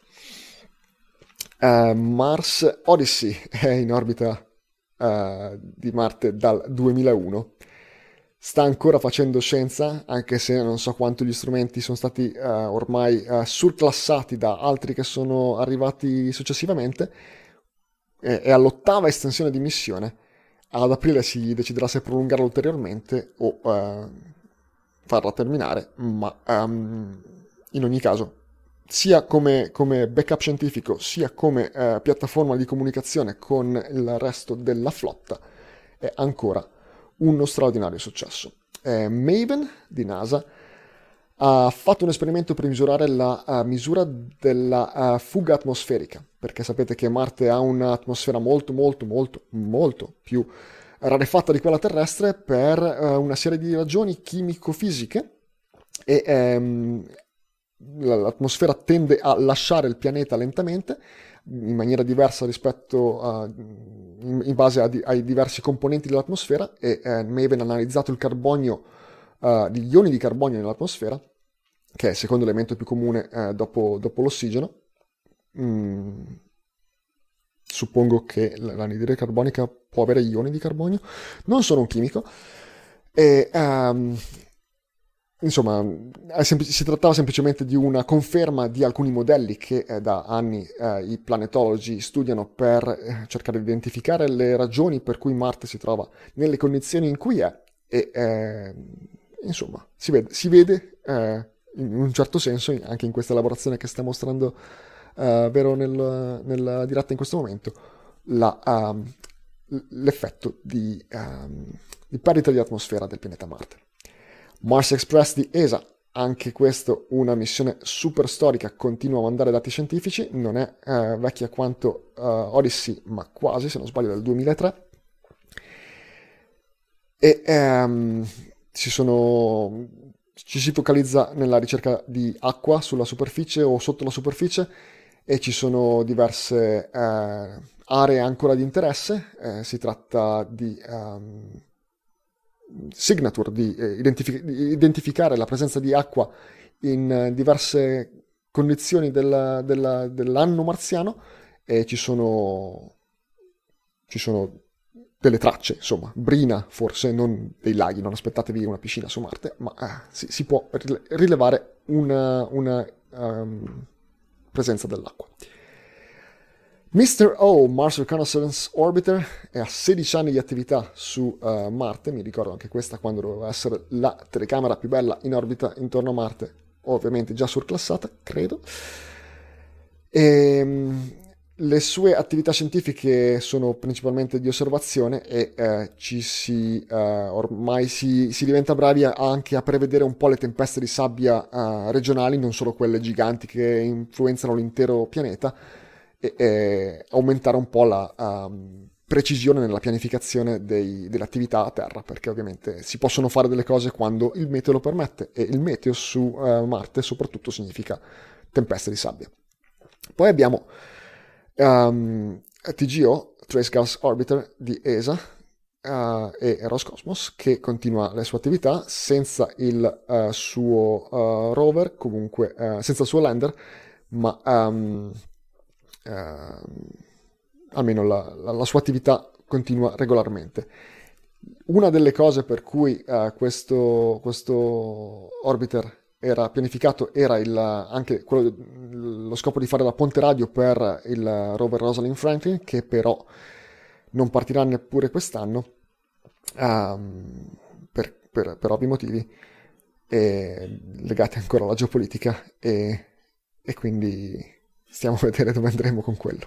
Eh, Mars Odyssey è in orbita uh, di Marte dal duemilauno. Sta ancora facendo scienza, anche se non so quanto gli strumenti sono stati uh, ormai uh, surclassati da altri che sono arrivati successivamente. È, è all'ottava estensione di missione. Ad aprile si deciderà se prolungarla ulteriormente o uh, farla terminare, ma um, in ogni caso sia come, come backup scientifico, sia come eh, piattaforma di comunicazione con il resto della flotta, è ancora uno straordinario successo. Eh, Maven di NASA ha fatto un esperimento per misurare la uh, misura della uh, fuga atmosferica, perché sapete che Marte ha un'atmosfera molto, molto, molto, molto più rarefatta di quella terrestre per uh, una serie di ragioni chimico-fisiche e ehm, l'atmosfera tende a lasciare il pianeta lentamente in maniera diversa rispetto a, in, in base a, ai diversi componenti dell'atmosfera e eh, Maven ha analizzato il carbonio, uh, gli ioni di carbonio nell'atmosfera, che è il secondo elemento più comune eh, dopo, dopo l'ossigeno. Mm, suppongo che l'anidride carbonica può avere ioni di carbonio, non sono un chimico. E, um, insomma, sem- si trattava semplicemente di una conferma di alcuni modelli che eh, da anni eh, i planetologi studiano per eh, cercare di identificare le ragioni per cui Marte si trova nelle condizioni in cui è. E eh, insomma, si vede, si vede eh, in un certo senso anche in questa elaborazione che sta mostrando eh, Vero nel, nella diretta in questo momento, la, um, l'effetto di, um, di perdita di atmosfera del pianeta Marte. Mars Express di E S A, anche questo una missione super storica, continua a mandare dati scientifici, non è eh, vecchia quanto uh, Odyssey, ma quasi, se non sbaglio del duemilatré. E um, ci sono, ci si focalizza nella ricerca di acqua sulla superficie o sotto la superficie, e ci sono diverse eh, aree ancora di interesse. Eh, si tratta di um, signature, di, eh, identific- di identificare la presenza di acqua in eh, diverse condizioni della, della, dell'anno marziano, e ci sono, ci sono delle tracce, insomma, brina forse, non dei laghi, non aspettatevi una piscina su Marte, ma eh, si, si può rilevare una, una um, presenza dell'acqua. mister O, Mars Reconnaissance Orbiter, è a sedici anni di attività su uh, Marte. Mi ricordo anche questa, quando doveva essere la telecamera più bella in orbita intorno a Marte, ovviamente già surclassata, credo. E le sue attività scientifiche sono principalmente di osservazione, e eh, ci si, eh, ormai si, si diventa bravi anche a prevedere un po' le tempeste di sabbia eh, regionali, non solo quelle giganti che influenzano l'intero pianeta, e, e aumentare un po' la um, precisione nella pianificazione dei, dell'attività a terra, perché ovviamente si possono fare delle cose quando il meteo lo permette, e il meteo su uh, Marte soprattutto significa tempeste di sabbia. Poi abbiamo Um, T G O, Trace Gas Orbiter di E S A uh, e Roscosmos, che continua le sue attività senza il uh, suo uh, rover, comunque uh, senza il suo lander, ma um, uh, almeno la, la, la sua attività continua regolarmente. Una delle cose per cui uh, questo, questo orbiter era pianificato era il, anche quello, lo scopo di fare da ponte radio per il rover Rosalind Franklin, che però non partirà neppure quest'anno um, per, per, per ovvi motivi e legati ancora alla geopolitica, e, e quindi stiamo a vedere dove andremo con quello.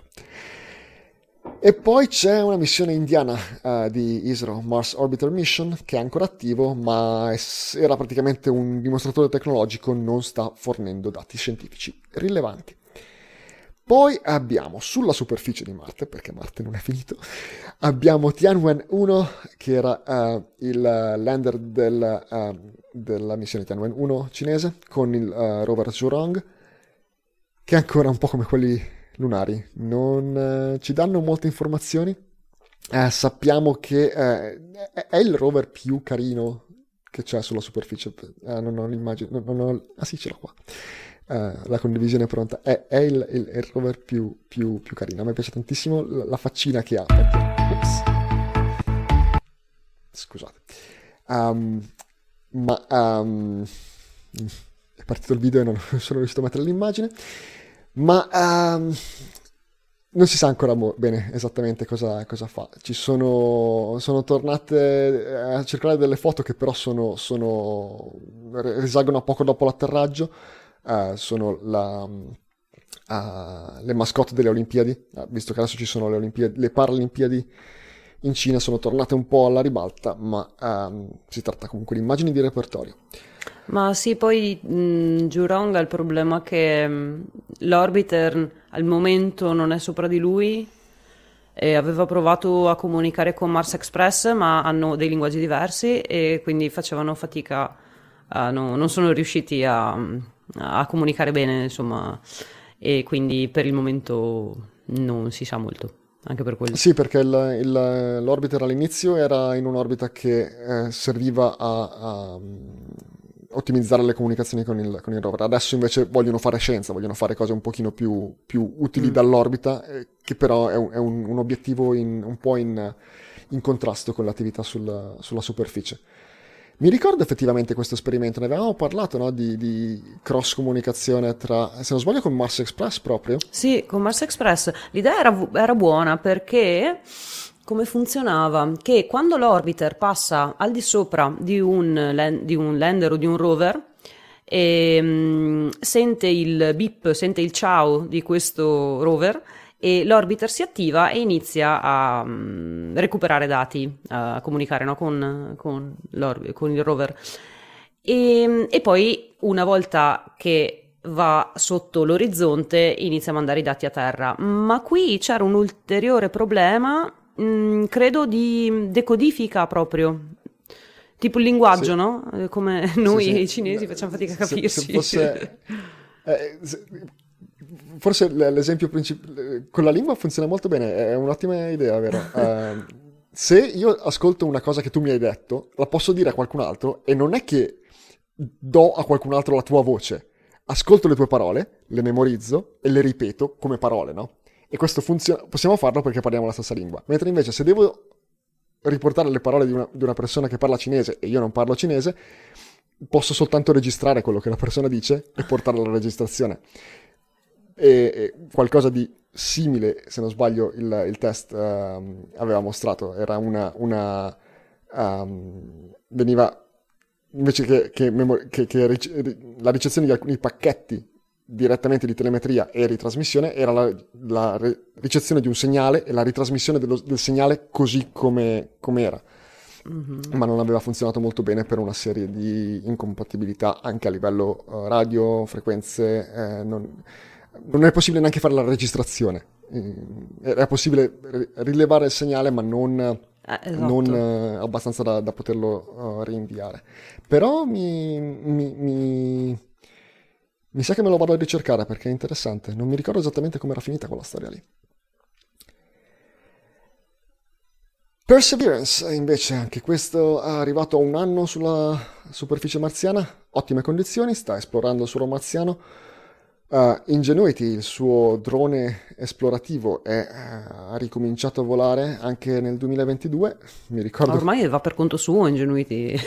E poi c'è una missione indiana uh, di ISRO, Mars Orbiter Mission, che è ancora attivo, ma è, era praticamente un dimostratore tecnologico, non sta fornendo dati scientifici rilevanti. Poi abbiamo sulla superficie di Marte, perché Marte non è finito, abbiamo Tianwen uno, che era uh, il lander del, uh, della missione Tianwen uno cinese, con il uh, rover Zhurong, che è ancora un po' come quelli lunari, non eh, ci danno molte informazioni. Eh, sappiamo che eh, è, è il rover più carino che c'è sulla superficie. Eh, non ho l'immagine, non, non ho, ah sì, ce l'ho qua. Eh, la condivisione è pronta. È, è il, il, il rover più, più, più carino. A me piace tantissimo la, la faccina che ha. Perché... Ups. Scusate. Um, ma um, è partito il video e non sono riuscito a mettere l'immagine. Ma um, non si sa ancora mo- bene esattamente cosa, cosa fa. Ci sono, sono tornate a cercare delle foto che però sono, sono risalgono a poco dopo l'atterraggio. Uh, sono la, uh, le mascotte delle Olimpiadi, uh, visto che adesso ci sono le, Olimpiadi, le Paralimpiadi in Cina, sono tornate un po' alla ribalta, ma um, si tratta comunque di immagini di repertorio. Ma sì, poi mh, Zhurong ha il problema che mh, l'orbiter al momento non è sopra di lui, e aveva provato a comunicare con Mars Express, ma hanno dei linguaggi diversi e quindi facevano fatica, a, no, non sono riusciti a, a comunicare bene, insomma, e quindi per il momento non si sa molto. Anche per quello. Sì, perché il, il, l'orbiter all'inizio era in un'orbita che eh, serviva a, a ottimizzare le comunicazioni con il, con il rover. Adesso invece vogliono fare scienza, vogliono fare cose un pochino più, più utili mm. dall'orbita, eh, che però è un, è un, un obiettivo in, un po' in, in contrasto con l'attività sul, sulla superficie. Mi ricordo effettivamente questo esperimento, ne avevamo parlato, no? Di, di cross comunicazione tra, se non sbaglio, con Mars Express proprio. Sì, con Mars Express l'idea era, era buona perché come funzionava? Che quando l'orbiter passa al di sopra di un, lan- di un lander o di un rover e mm, sente il beep, sente il ciao di questo rover e l'orbiter si attiva e inizia a mm, recuperare dati, a comunicare, no, con, con, l'orb- con il rover. E, e poi una volta che va sotto l'orizzonte inizia a mandare i dati a terra. Ma qui c'era un ulteriore problema, mh, credo di decodifica proprio. Tipo il linguaggio, Sì. no? Eh, Come noi Sì, sì. cinesi facciamo fatica a Se- capirci. se fosse- eh, se- forse l- l'esempio principale con la lingua funziona molto bene, è un'ottima idea, vero? Eh, se io ascolto una cosa che tu mi hai detto, la posso dire a qualcun altro e non è che do a qualcun altro la tua voce, ascolto le tue parole, le memorizzo e le ripeto come parole, no? E questo funziona, possiamo farlo perché parliamo la stessa lingua. Mentre invece se devo riportare le parole di una, di una persona che parla cinese e io non parlo cinese, posso soltanto registrare quello che la persona dice e portarlo alla registrazione. E, e qualcosa di simile, se non sbaglio, il, il test ehm, aveva mostrato. Era una... una ehm, veniva... invece che, che, memor- che- che ric- ri- la ricezione di alcuni pacchetti direttamente di telemetria e ritrasmissione era la, la re- ricezione di un segnale e la ritrasmissione dello- del segnale così come era. Mhm. Ma non aveva funzionato molto bene per una serie di incompatibilità anche a livello uh, radio, frequenze. Eh, non, non è possibile neanche fare la registrazione. Eh, Era possibile ri- rilevare il segnale, ma non, Eh, esatto. non eh, abbastanza da, da poterlo uh, rinviare. Però mi, mi, mi, mi sa che me lo vado a ricercare perché è interessante. Non mi ricordo esattamente come era finita quella storia lì. Perseverance, invece, anche questo è arrivato a un anno sulla superficie marziana, ottime condizioni, sta esplorando il suolo marziano. Uh, Ingenuity, il suo drone esplorativo, è, uh, ha ricominciato a volare anche nel duemilaventidue, mi ricordo... Ormai va per conto suo, Ingenuity.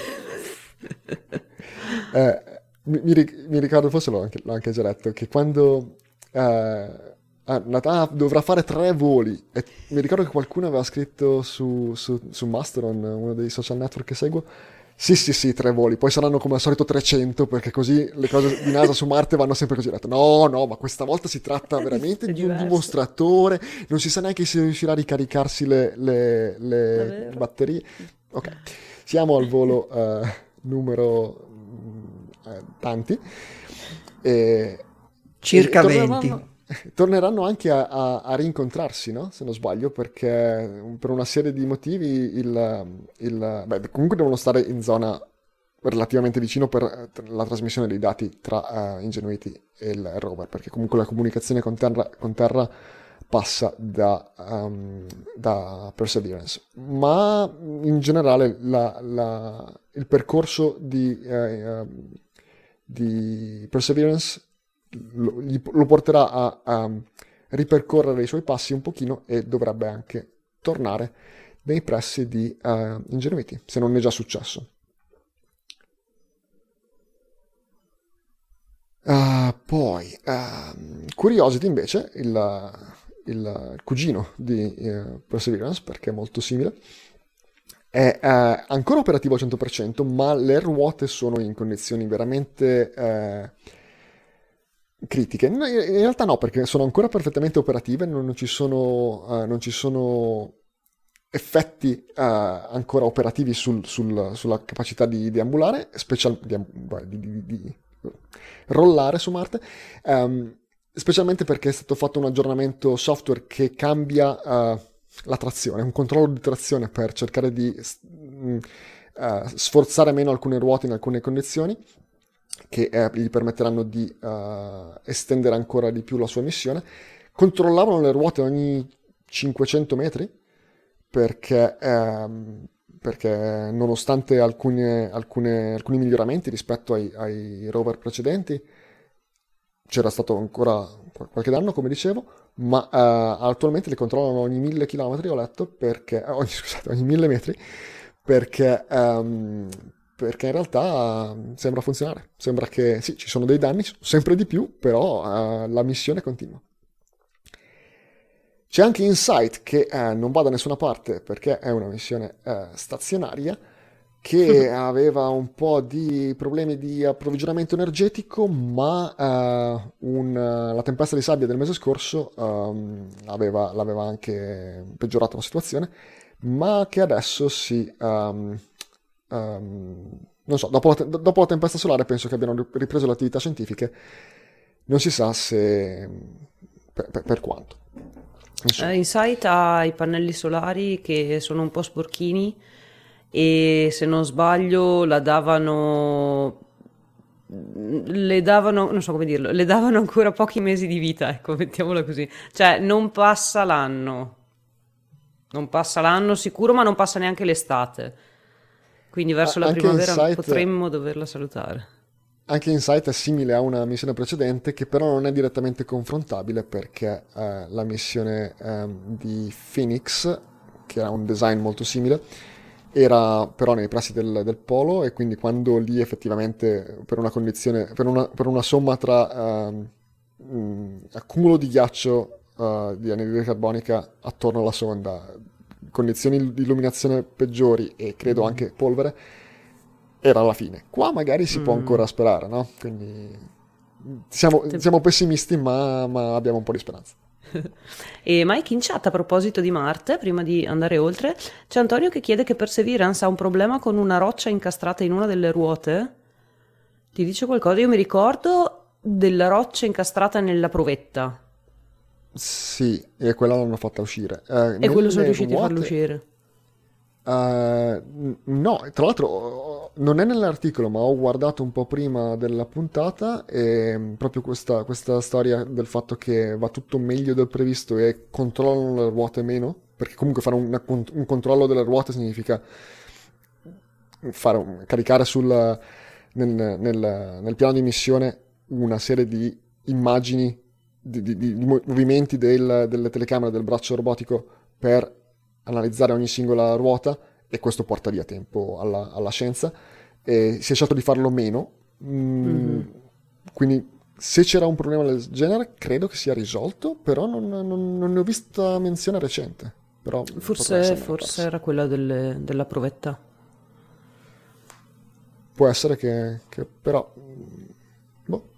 Eh, mi, mi ric- mi ricordo, forse l'ho anche, l'ho anche già detto, che quando eh, ah, Natà dovrà fare tre voli, e mi ricordo che qualcuno aveva scritto su, su, su Mastodon, uno dei social network che seguo, sì sì sì, tre voli, poi saranno come al solito trecento, perché così le cose di NASA su Marte vanno sempre così. Ho detto, no no, ma questa volta si tratta È veramente di- è di un diverso. dimostratore, non si sa neanche se riuscirà a ricaricarsi le, le- le Davvero? batterie. Ok, siamo al volo eh, numero mm, eh, tanti. E, Circa e torneranno, venti. torneranno anche a, a- a rincontrarsi, no? Se non sbaglio, perché per una serie di motivi il, il- beh, comunque devono stare in zona relativamente vicino per eh, la trasmissione dei dati tra eh, Ingenuity e il rover, perché comunque la comunicazione con terra, con terra passa da, um, da Perseverance. Ma in generale la- la- il percorso di, eh, ehm, di Perseverance lo, gli- lo porterà a, a ripercorrere i suoi passi un pochino e dovrebbe anche tornare nei pressi di eh, Ingenuity, se non è già successo. Ah, poi, ehm, Curiosity invece, il, il- il cugino di eh, Perseverance, perché è molto simile, è eh, ancora operativo al cento per cento, ma le ruote sono in condizioni veramente eh, critiche. In, in realtà no, perché sono ancora perfettamente operative, non, non ci sono, eh, non ci sono effetti eh, ancora operativi sul- sul- sulla capacità di deambulare, special, di, di, di- di rollare su Marte, ehm, specialmente perché è stato fatto un aggiornamento software che cambia eh, la trazione, un controllo di trazione per cercare di mh, eh, sforzare meno alcune ruote in alcune condizioni, che eh, gli permetteranno di eh, estendere ancora di più la sua missione. Controllavano le ruote ogni cinquecento metri, perché, ehm, perché nonostante alcune- alcune- alcuni miglioramenti rispetto ai, ai rover precedenti, c'era stato ancora qual- qualche danno, come dicevo, ma eh, attualmente li controllano ogni mille chilometri, ho letto, perché, eh, ogni, scusate, ogni mille metri, perché, ehm, perché in realtà uh, sembra funzionare. Sembra che sì, ci sono dei danni, sempre di più, però uh, la missione continua. C'è anche Insight che uh, non va da nessuna parte perché è una missione uh, stazionaria, che aveva un po' di problemi di approvvigionamento energetico, ma uh, un, uh, la tempesta di sabbia del mese scorso um, aveva, l'aveva anche peggiorato la situazione, ma che adesso si... Um, um, non so, dopo la, te- dopo la tempesta solare penso che abbiano ripreso le attività scientifiche, non si sa se... per, per, per quanto. Uh, Insight ha i pannelli solari che sono un po' sporchini, e se non sbaglio la davano le davano non so come dirlo le davano ancora pochi mesi di vita, ecco, mettiamola così, cioè non passa l'anno non passa l'anno sicuro, ma non passa neanche l'estate, quindi verso la Anche primavera Insight, potremmo doverla salutare. Anche Insight è simile a una missione precedente, che però non è direttamente confrontabile, perché eh, la missione eh, di Phoenix, che ha un design molto simile, era però nei pressi del, del polo, e quindi quando lì effettivamente per una condizione, per una, per una somma tra uh, um, accumulo di ghiaccio uh, di anidride carbonica attorno alla sonda, condizioni di illuminazione peggiori e credo anche polvere, era alla fine. Qua magari si mm. può ancora sperare, no? Quindi siamo, siamo pessimisti, ma, ma abbiamo un po' di speranza. E Mike in chat, a proposito di Marte, prima di andare oltre, c'è Antonio che chiede che Perseverance ha un problema con una roccia incastrata in una delle ruote. Ti dice qualcosa? Io mi ricordo della roccia incastrata nella provetta. Sì, e quella l'hanno fatta uscire. Eh, e quello sono riusciti ruote... a farlo uscire. Uh, no, tra l'altro non è nell'articolo, ma ho guardato un po' prima della puntata, e proprio questa, questa storia del fatto che va tutto meglio del previsto e controllano le ruote meno, perché comunque fare un, un controllo delle ruote significa fare un, caricare sul, nel, nel, nel piano di missione una serie di immagini, di, di, di movimenti del, delle telecamere del braccio robotico per analizzare ogni singola ruota, e questo porta via tempo alla, alla scienza, e si è scelto di farlo meno, mm, mm-hmm. Quindi se c'era un problema del genere credo che sia risolto, però non, non, non ne ho vista menzione recente. Però forse forse era quella delle, della provetta. Può essere che, che però boh.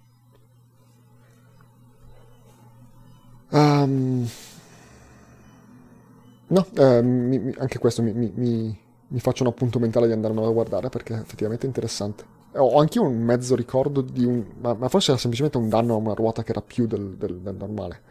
um, No, eh, mi, mi, anche questo mi, mi, mi faccio un appunto mentale di andarmelo a guardare, perché è effettivamente interessante. Ho anche io un mezzo ricordo di un... Ma, ma forse era semplicemente un danno a una ruota che era più del, del, del normale.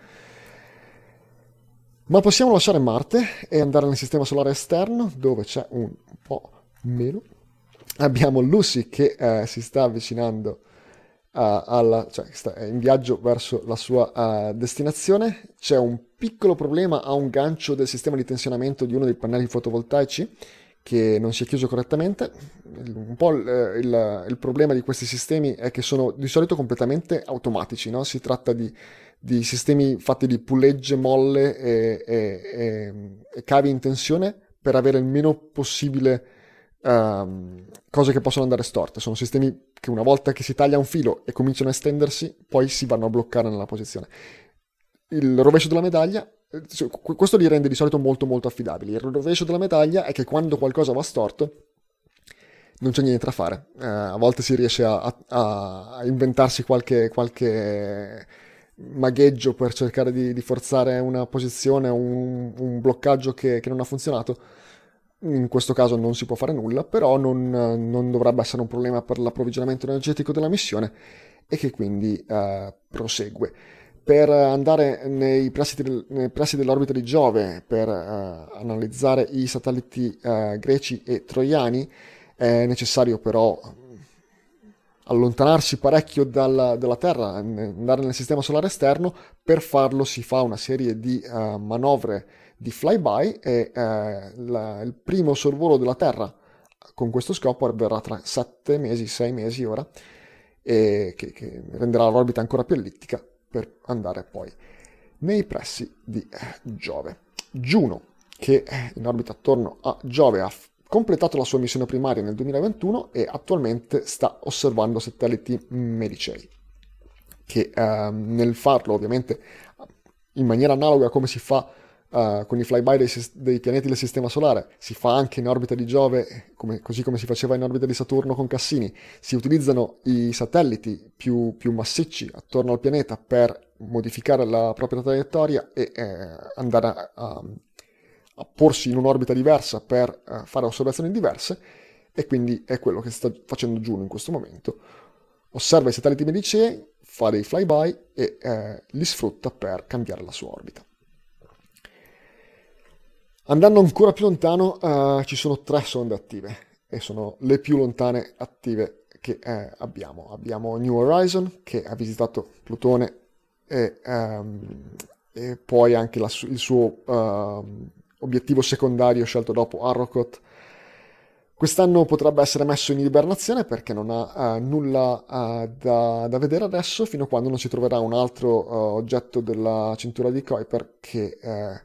Ma possiamo lasciare Marte e andare nel sistema solare esterno, dove c'è un po' meno. Abbiamo Lucy che eh, si sta avvicinando Uh, alla, cioè sta, è in viaggio verso la sua uh, destinazione. C'è un piccolo problema a un gancio del sistema di tensionamento di uno dei pannelli fotovoltaici che non si è chiuso correttamente. Un po' il, il, il problema di questi sistemi è che sono di solito completamente automatici, no? Si tratta di, di sistemi fatti di pulegge, molle e, e, e, e cavi in tensione per avere il meno possibile Um, cose che possono andare storte. Sono sistemi che una volta che si taglia un filo e cominciano a estendersi, poi si vanno a bloccare nella posizione. Il rovescio della medaglia, questo li rende di solito molto molto affidabili. Il rovescio della medaglia è che quando qualcosa va storto non c'è niente da fare. Uh, a volte si riesce a, a, a inventarsi qualche, qualche magheggio per cercare di, di forzare una posizione o un, un bloccaggio che, che non ha funzionato. In questo caso non si può fare nulla, però non, non dovrebbe essere un problema per l'approvvigionamento energetico della missione, e che quindi uh, prosegue. Per andare nei pressi, del, nei pressi dell'orbita di Giove, per uh, analizzare i satelliti uh, greci e troiani, è necessario però allontanarsi parecchio dalla, dalla Terra, andare nel sistema solare esterno. Per farlo si fa una serie di uh, manovre di flyby, e eh, la, il primo sorvolo della Terra con questo scopo avverrà tra sette mesi, sei mesi ora, e che, che renderà l'orbita ancora più ellittica per andare poi nei pressi di eh, Giove. Juno, che in orbita attorno a Giove ha f- completato la sua missione primaria nel duemilaventuno e attualmente sta osservando satelliti Medicei, che eh, nel farlo ovviamente in maniera analoga a come si fa Uh, con i flyby dei, dei pianeti del Sistema Solare, si fa anche in orbita di Giove, come, così come si faceva in orbita di Saturno con Cassini. Si utilizzano i satelliti più, più massicci attorno al pianeta per modificare la propria traiettoria e eh, andare a, a, a porsi in un'orbita diversa per uh, fare osservazioni diverse, e quindi è quello che sta facendo Juno in questo momento. Osserva i satelliti Medicei, fa dei flyby e eh, li sfrutta per cambiare la sua orbita. Andando ancora più lontano, uh, ci sono tre sonde attive, e sono le più lontane attive che eh, abbiamo. Abbiamo New Horizon, che ha visitato Plutone, e, um, e poi anche la, il suo uh, obiettivo secondario scelto dopo, Arrokoth. Quest'anno potrebbe essere messo in ibernazione perché non ha uh, nulla uh, da, da vedere adesso, fino a quando non si troverà un altro uh, oggetto della cintura di Kuiper che... Uh,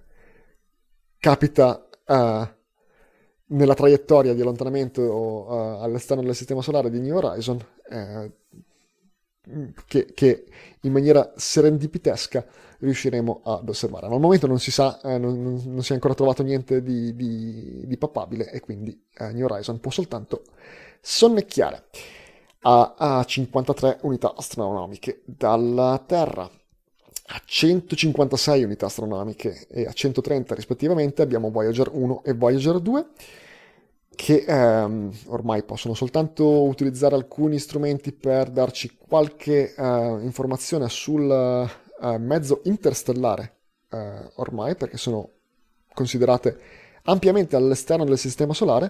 capita uh, nella traiettoria di allontanamento uh, all'esterno del Sistema Solare di New Horizon, uh, che, che in maniera serendipitesca riusciremo ad osservare. Ma al momento non si sa, uh, non, non si è ancora trovato niente di, di, di papabile, e quindi uh, New Horizon può soltanto sonnecchiare a, a cinquantatré unità astronomiche dalla Terra. A centocinquantasei unità astronomiche e a centotrenta rispettivamente abbiamo Voyager uno e Voyager due, che ehm, ormai possono soltanto utilizzare alcuni strumenti per darci qualche eh, informazione sul eh, mezzo interstellare eh, ormai, perché sono considerate ampiamente all'esterno del Sistema Solare,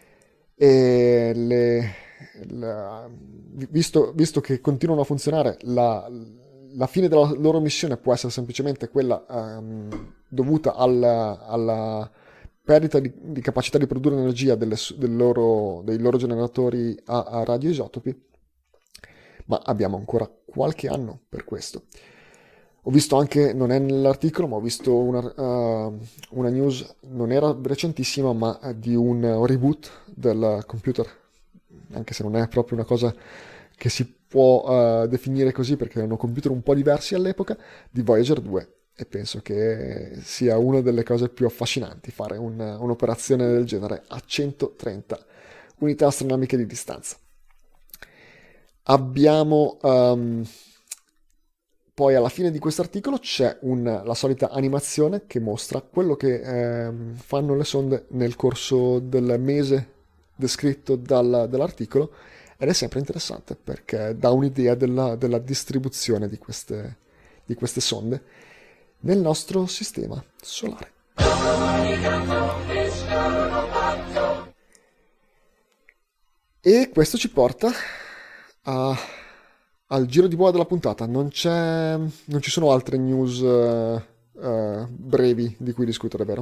e le, la, visto, visto che continuano a funzionare, la La fine della loro missione può essere semplicemente quella um, dovuta alla, alla perdita di, di capacità di produrre energia delle, del loro, dei loro generatori a, a radioisotopi, ma abbiamo ancora qualche anno per questo. Ho visto anche, non è nell'articolo, ma ho visto una, uh, una news, non era recentissima, ma di un reboot del computer, anche se non è proprio una cosa che si può uh, definire così, perché erano computer un po' diversi all'epoca, di Voyager due, e penso che sia una delle cose più affascinanti fare un, un'operazione del genere a centotrenta unità astronomiche di distanza. Abbiamo um, poi alla fine di questo articolo c'è un, la solita animazione che mostra quello che eh, fanno le sonde nel corso del mese descritto dal, dall'articolo, ed è sempre interessante perché dà un'idea della, della distribuzione di queste, di queste sonde nel nostro sistema solare. E questo ci porta a, al giro di boa della puntata. Non c'è, non ci sono altre news uh, uh, brevi di cui discutere, vero?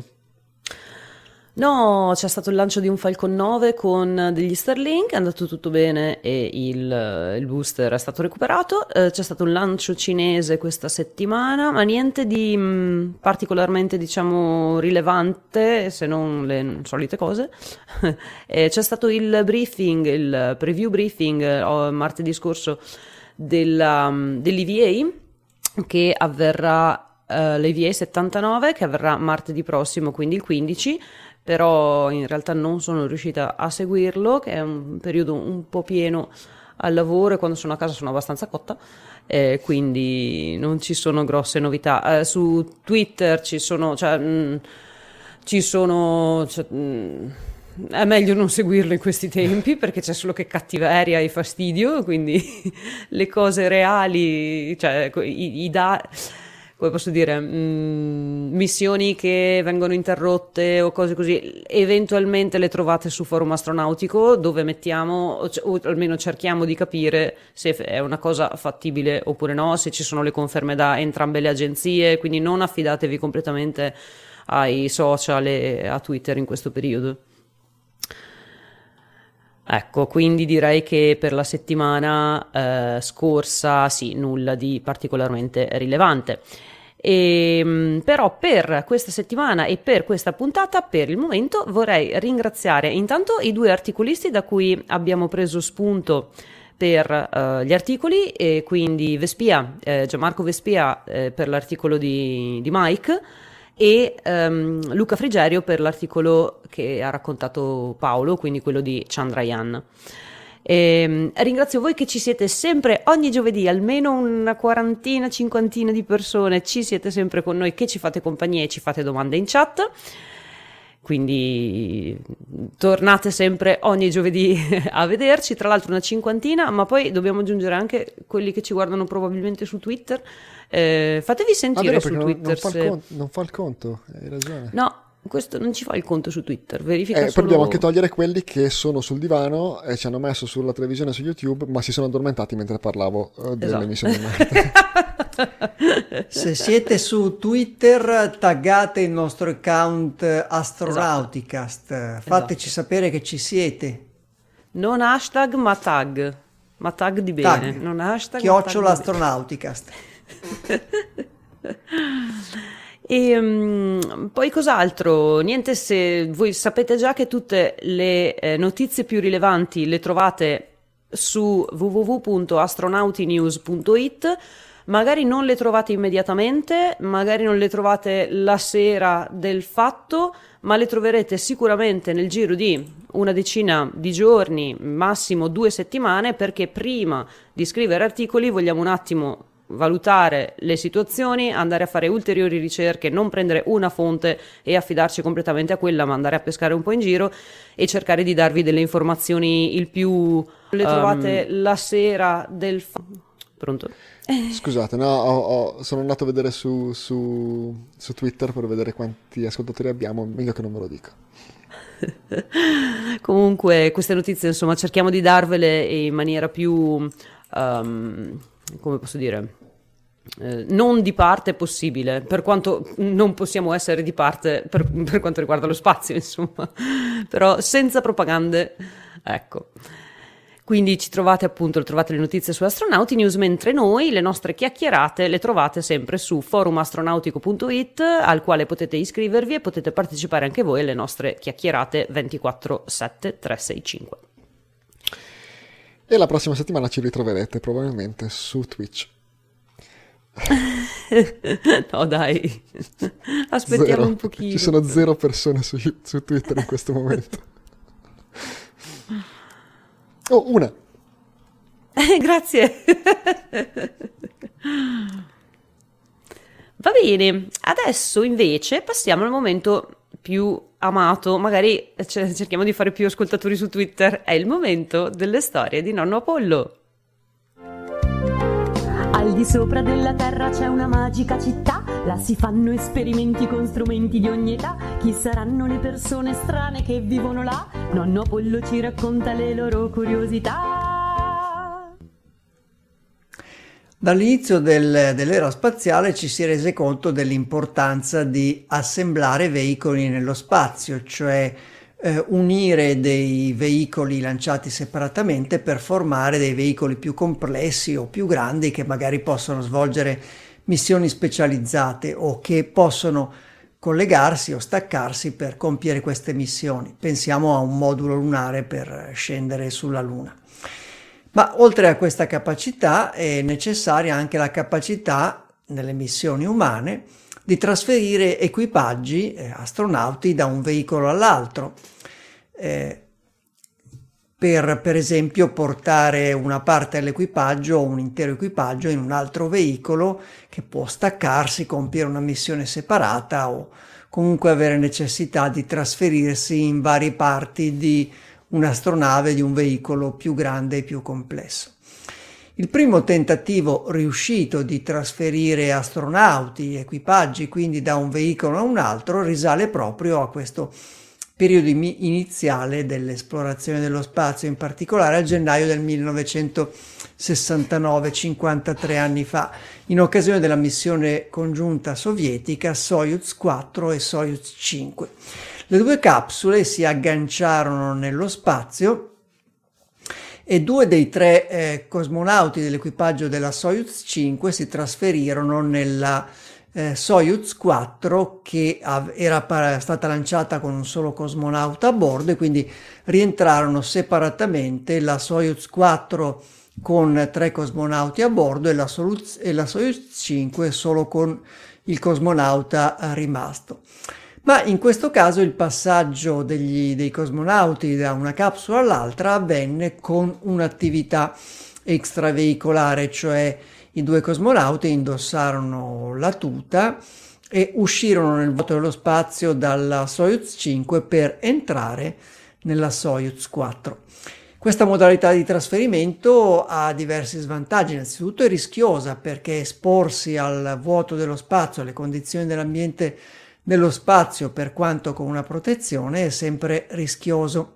No, c'è stato il lancio di un Falcon nove con degli Starlink, è andato tutto bene e il, il booster è stato recuperato. Eh, c'è stato un lancio cinese questa settimana, ma niente di mh, particolarmente, diciamo, rilevante, se non le solite cose. eh, c'è stato il briefing, il preview briefing eh, martedì scorso della, dell'E V A, che avverrà, eh, l'E V A settantanove, che avverrà martedì prossimo, quindi il quindici. Però in realtà non sono riuscita a seguirlo, che è un periodo un po' pieno al lavoro, e quando sono a casa sono abbastanza cotta, eh, quindi non ci sono grosse novità. Eh, su Twitter ci sono, cioè, mh, ci sono, cioè, mh, è meglio non seguirlo in questi tempi perché c'è solo che cattiveria e fastidio, quindi le cose reali, cioè i, i dati, come posso dire, mh, missioni che vengono interrotte o cose così, eventualmente le trovate su Forum Astronautico, dove mettiamo, o, o almeno cerchiamo di capire se è una cosa fattibile oppure no, se ci sono le conferme da entrambe le agenzie, quindi non affidatevi completamente ai social e a Twitter in questo periodo. Ecco, quindi direi che per la settimana eh, scorsa sì, nulla di particolarmente rilevante. E, però per questa settimana e per questa puntata, per il momento, vorrei ringraziare intanto i due articolisti da cui abbiamo preso spunto per uh, gli articoli, e quindi Vespia, eh, Gianmarco Vespia eh, per l'articolo di, di Mike, e um, Luca Frigerio per l'articolo che ha raccontato Paolo, quindi quello di Chandrayaan. E ringrazio voi che ci siete sempre ogni giovedì, almeno una quarantina, cinquantina di persone ci siete sempre con noi, che ci fate compagnia e ci fate domande in chat, quindi tornate sempre ogni giovedì a vederci, tra l'altro una cinquantina, ma poi dobbiamo aggiungere anche quelli che ci guardano probabilmente su Twitter. Eh, fatevi sentire ah, vero, su Twitter. Non, non, se... fa il conto, non fa il conto, hai ragione. No, questo non ci fa il conto su Twitter, verifica eh, solo... Dobbiamo anche togliere quelli che sono sul divano e ci hanno messo sulla televisione, su YouTube, ma si sono addormentati mentre parlavo uh, delle esatto. missioni Marte. Se siete su Twitter, taggate il nostro account Astronauticast, esatto. Fateci esatto. sapere che ci siete. Non hashtag ma tag, ma tag di bene, tag. non hashtag chiocciola Astronauticast. E um, poi cos'altro? Niente, se voi sapete già che tutte le eh, notizie più rilevanti le trovate su w w w punto astronautinews punto i t, magari non le trovate immediatamente, magari non le trovate la sera del fatto, ma le troverete sicuramente nel giro di una decina di giorni, massimo due settimane, perché prima di scrivere articoli vogliamo un attimo valutare le situazioni, andare a fare ulteriori ricerche, non prendere una fonte e affidarci completamente a quella, ma andare a pescare un po' in giro e cercare di darvi delle informazioni il più... Le trovate um... la sera del... Pronto? Scusate, no, ho, ho, sono andato a vedere su, su, su Twitter per vedere quanti ascoltatori abbiamo, meglio che non ve lo dico. Comunque queste notizie, insomma, cerchiamo di darvele in maniera più... Um, come posso dire, eh, non di parte possibile, per quanto non possiamo essere di parte per, per quanto riguarda lo spazio, insomma, però senza propagande, ecco. Quindi ci trovate appunto, trovate le notizie su Astronauti News, mentre noi le nostre chiacchierate le trovate sempre su forumastronautico punto i t, al quale potete iscrivervi e potete partecipare anche voi alle nostre chiacchierate ventiquattro sette trecentosessantacinque. E la prossima settimana ci ritroverete probabilmente su Twitch. No dai, aspettiamo zero. un pochino. Ci sono zero persone su, su Twitter in questo momento. Oh, una. Eh, grazie. Va bene, adesso invece passiamo al momento più amato, magari cioè, cerchiamo di fare più ascoltatori su Twitter, è il momento delle storie di nonno Apollo. Al di sopra della terra c'è una magica città, là si fanno esperimenti con strumenti di ogni età. Chi saranno le persone strane che vivono là? Nonno Apollo ci racconta le loro curiosità. Dall'inizio del, dell'era spaziale ci si è rese conto dell'importanza di assemblare veicoli nello spazio, cioè eh, unire dei veicoli lanciati separatamente per formare dei veicoli più complessi o più grandi che magari possono svolgere missioni specializzate o che possono collegarsi o staccarsi per compiere queste missioni. Pensiamo a un modulo lunare per scendere sulla Luna. Ma oltre a questa capacità è necessaria anche la capacità, nelle missioni umane, di trasferire equipaggi, eh, astronauti, da un veicolo all'altro. Eh, per, per esempio, portare una parte dell'equipaggio o un intero equipaggio in un altro veicolo che può staccarsi, compiere una missione separata o comunque avere necessità di trasferirsi in varie parti di un'astronave, di un veicolo più grande e più complesso. Il primo tentativo riuscito di trasferire astronauti, equipaggi, quindi da un veicolo a un altro, risale proprio a questo periodo iniziale dell'esplorazione dello spazio, in particolare a gennaio del millenovecentosessantanove, cinquantatré anni fa, in occasione della missione congiunta sovietica Soyuz quattro e Soyuz cinque. Le due capsule si agganciarono nello spazio e due dei tre eh, cosmonauti dell'equipaggio della Soyuz cinque si trasferirono nella eh, Soyuz quattro, che av- era pa- stata lanciata con un solo cosmonauta a bordo, e quindi rientrarono separatamente la Soyuz quattro con tre cosmonauti a bordo e la, Soluz- e la Soyuz cinque solo con il cosmonauta rimasto. Ma in questo caso il passaggio degli, dei cosmonauti da una capsula all'altra avvenne con un'attività extraveicolare, cioè i due cosmonauti indossarono la tuta e uscirono nel vuoto dello spazio dalla Soyuz cinque per entrare nella Soyuz quattro. Questa modalità di trasferimento ha diversi svantaggi. Innanzitutto è rischiosa, perché esporsi al vuoto dello spazio, alle condizioni dell'ambiente dello spazio, per quanto con una protezione, è sempre rischioso.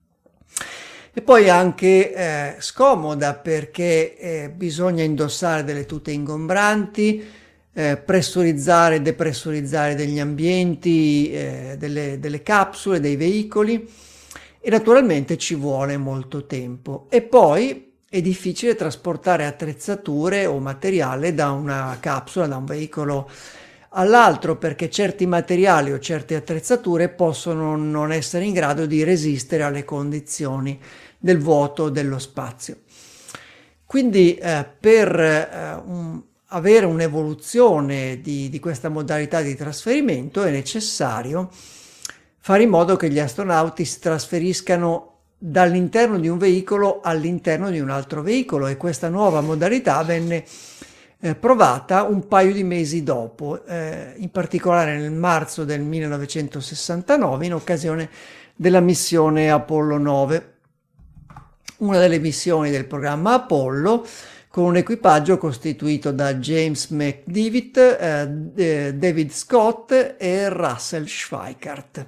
E poi anche eh, scomoda, perché eh, bisogna indossare delle tute ingombranti, eh, pressurizzare e depressurizzare degli ambienti, eh, delle, delle capsule, dei veicoli, e naturalmente ci vuole molto tempo. E poi è difficile trasportare attrezzature o materiale da una capsula, da un veicolo all'altro, perché certi materiali o certe attrezzature possono non essere in grado di resistere alle condizioni del vuoto dello spazio. Quindi eh, per eh, un, avere un'evoluzione di, di questa modalità di trasferimento è necessario fare in modo che gli astronauti si trasferiscano dall'interno di un veicolo all'interno di un altro veicolo, e questa nuova modalità venne eh, provata un paio di mesi dopo, eh, in particolare nel marzo del millenovecentosessantanove, in occasione della missione Apollo nove, una delle missioni del programma Apollo, con un equipaggio costituito da James McDivitt, eh, David Scott e Russell Schweickart.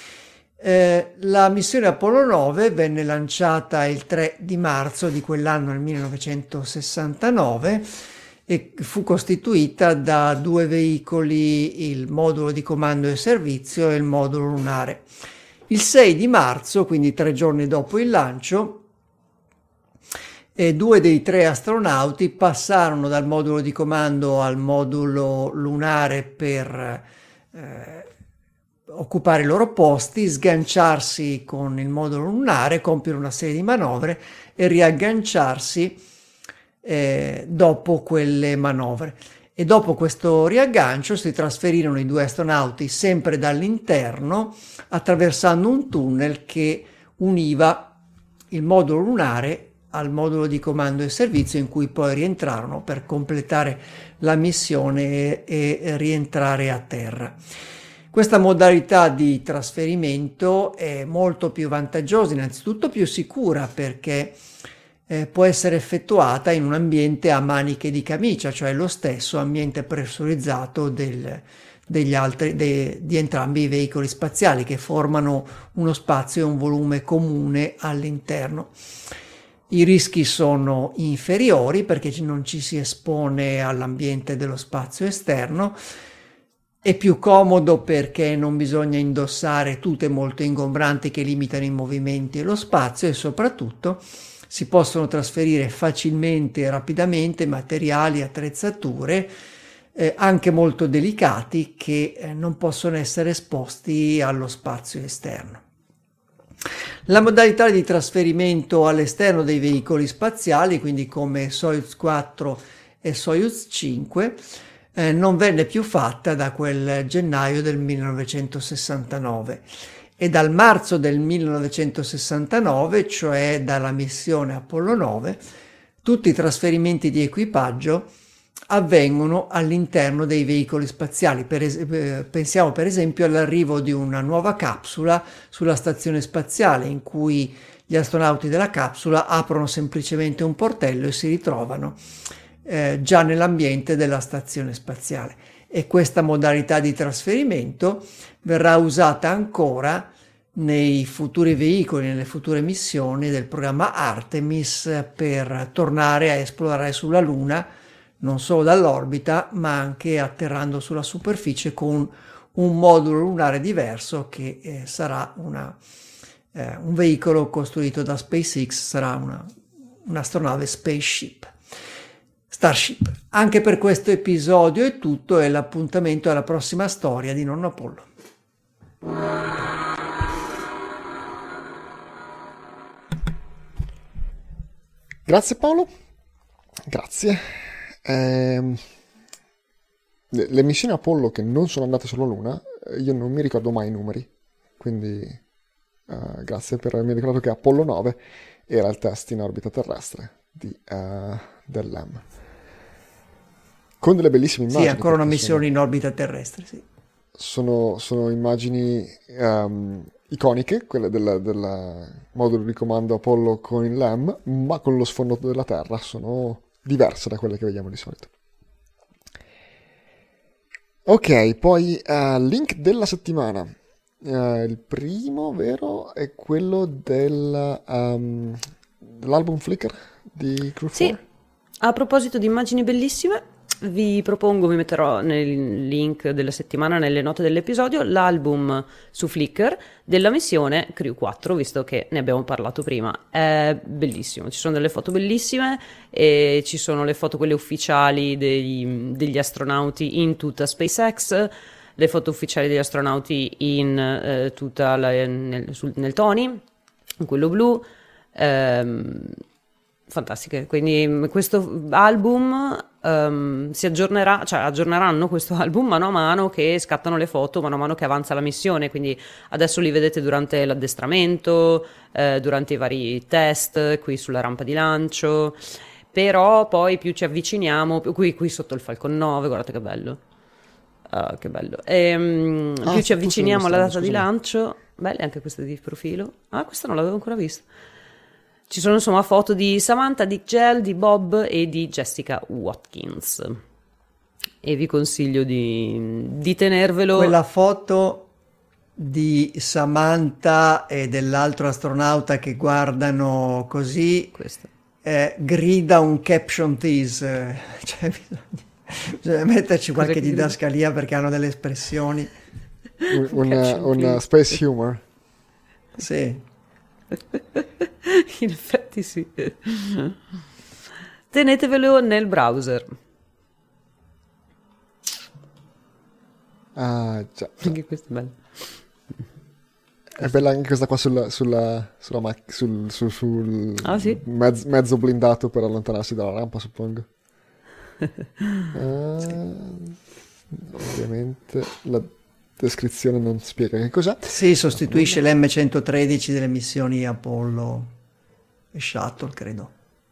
Eh, la missione Apollo nove venne lanciata il tre di marzo di quell'anno, nel millenovecentosessantanove, e fu costituita da due veicoli, il modulo di comando e servizio e il modulo lunare. Il sei di marzo, quindi tre giorni dopo il lancio, e due dei tre astronauti passarono dal modulo di comando al modulo lunare per eh, occupare i loro posti, sganciarsi con il modulo lunare, compiere una serie di manovre e riagganciarsi eh, dopo quelle manovre. E dopo questo riaggancio si trasferirono i due astronauti sempre dall'interno, attraversando un tunnel che univa il modulo lunare al modulo di comando e servizio, in cui poi rientrarono per completare la missione e, e rientrare a terra. Questa modalità di trasferimento è molto più vantaggiosa, innanzitutto più sicura, perché eh, può essere effettuata in un ambiente a maniche di camicia, cioè lo stesso ambiente pressurizzato del, degli altri, de, di entrambi i veicoli spaziali, che formano uno spazio e un volume comune all'interno. I rischi sono inferiori, perché non ci si espone all'ambiente dello spazio esterno. È più comodo, perché non bisogna indossare tute molto ingombranti che limitano i movimenti e lo spazio, e soprattutto si possono trasferire facilmente e rapidamente materiali, attrezzature, eh, anche molto delicati, che eh, non possono essere esposti allo spazio esterno. La modalità di trasferimento all'esterno dei veicoli spaziali, quindi come Soyuz quattro e Soyuz cinque, eh, non venne più fatta da quel gennaio del millenovecentosessantanove, e dal marzo del millenovecentosessantanove, cioè dalla missione Apollo nove, tutti i trasferimenti di equipaggio avvengono all'interno dei veicoli spaziali. Per es- pensiamo per esempio all'arrivo di una nuova capsula sulla stazione spaziale, in cui gli astronauti della capsula aprono semplicemente un portello e si ritrovano eh, già nell'ambiente della stazione spaziale. E questa modalità di trasferimento verrà usata ancora nei futuri veicoli, nelle future missioni del programma Artemis, per tornare a esplorare sulla Luna, non solo dall'orbita, ma anche atterrando sulla superficie con un modulo lunare diverso, che eh, sarà una, eh, un veicolo costruito da SpaceX, sarà una, un'astronave Spaceship. Starship. Anche per questo episodio è tutto e l'appuntamento è alla prossima storia di Nonno Apollo. Grazie Paolo, grazie. Ehm, le, le missioni Apollo che non sono andate sulla Luna, io non mi ricordo mai i numeri, quindi uh, grazie per avermi ricordato che Apollo nove era il test in orbita terrestre di, uh, dell'E M. Con delle bellissime immagini. Sì, ancora una perché missione sono- in orbita terrestre, sì. sono, sono immagini ehm, iconiche, quelle del, del modulo di comando Apollo con il L E M, ma con lo sfondo della Terra sono diverse da quelle che vediamo di solito. Ok, poi eh, link della settimana. Eh, il primo, vero, è quello del, ehm, dell'album Flickr di Crew Sì, quattro. a proposito di immagini bellissime, vi propongo, vi metterò nel link della settimana nelle note dell'episodio, l'album su Flickr della missione Crew quattro, visto che ne abbiamo parlato prima. È bellissimo, ci sono delle foto bellissime e ci sono le foto quelle ufficiali dei- degli astronauti in tutta SpaceX, le foto ufficiali degli astronauti in eh, tutta la- nel, sul- nel Tony, in quello blu. ehm, Fantastiche, quindi mh, questo album ehm, si aggiornerà, cioè aggiorneranno questo album mano a mano che scattano le foto, mano a mano che avanza la missione, quindi adesso li vedete durante l'addestramento, eh, durante i vari test, qui sulla rampa di lancio, però poi più ci avviciniamo, più- qui, qui sotto il Falcon nove, guardate che bello. Ah, che bello. Ehm, Ah, più ci tu stai avviciniamo alla data mostrando, di scusami. lancio, belle anche queste di profilo. Ah, questa non l'avevo ancora vista. Ci sono insomma foto di Samantha, di Gel, di Bob e di Jessica Watkins. E vi consiglio di, di tenervelo. Quella foto di Samantha e dell'altro astronauta che guardano così Questa. eh, grida un caption tease, cioè bisogna, bisogna metterci Cosa qualche che grida? didascalia perché hanno delle espressioni. Un, un, Caption un please. space humor. Sì. In effetti sì. Tenetevelo nel browser. Ah, già. Anche questo è bello. È bella anche questa qua sulla, sulla, sulla mac- sul, sul, sul Ah, sì? mezz- mezzo blindato per allontanarsi dalla rampa, suppongo. Eh, ovviamente la descrizione non spiega che cos'è. Sì, sostituisce l'emme centotredici delle missioni Apollo e Shuttle, credo.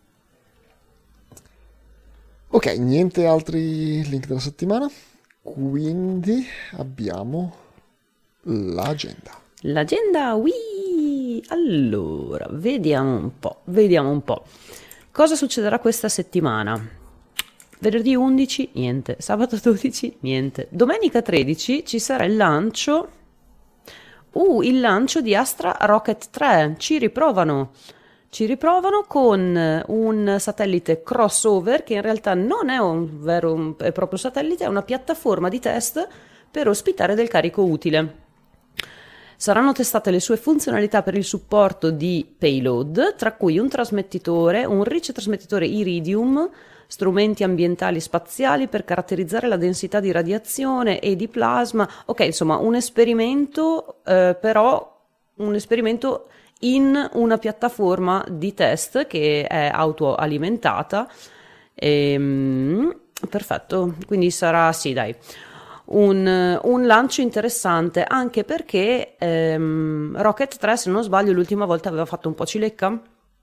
Ok, niente altri link della settimana. Quindi abbiamo l'agenda. L'agenda, Wii! Allora, vediamo un po', vediamo un po'. Cosa succederà questa settimana? Venerdì undici, niente. Sabato dodici, niente. Domenica tredici ci sarà il lancio... Uh, il lancio di Astra Rocket tre. Ci riprovano. Ci riprovano con un satellite crossover che in realtà non è un vero un- è proprio satellite, è una piattaforma di test per ospitare del carico utile. Saranno testate le sue funzionalità per il supporto di payload, tra cui un trasmettitore, un riccio trasmettitore Iridium, strumenti ambientali spaziali per caratterizzare la densità di radiazione e di plasma. Ok, insomma, un esperimento, eh, però un esperimento in una piattaforma di test che è autoalimentata. Ehm, perfetto, quindi sarà, sì, dai. Un, un lancio interessante anche perché ehm, Rocket tre, se non sbaglio, l'ultima volta aveva fatto un po' cilecca,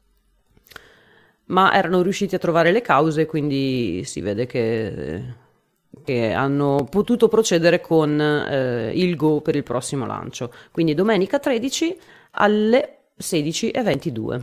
ma erano riusciti a trovare le cause, quindi si vede che, che hanno potuto procedere con eh, il go per il prossimo lancio. Quindi domenica tredici alle sedici e ventidue.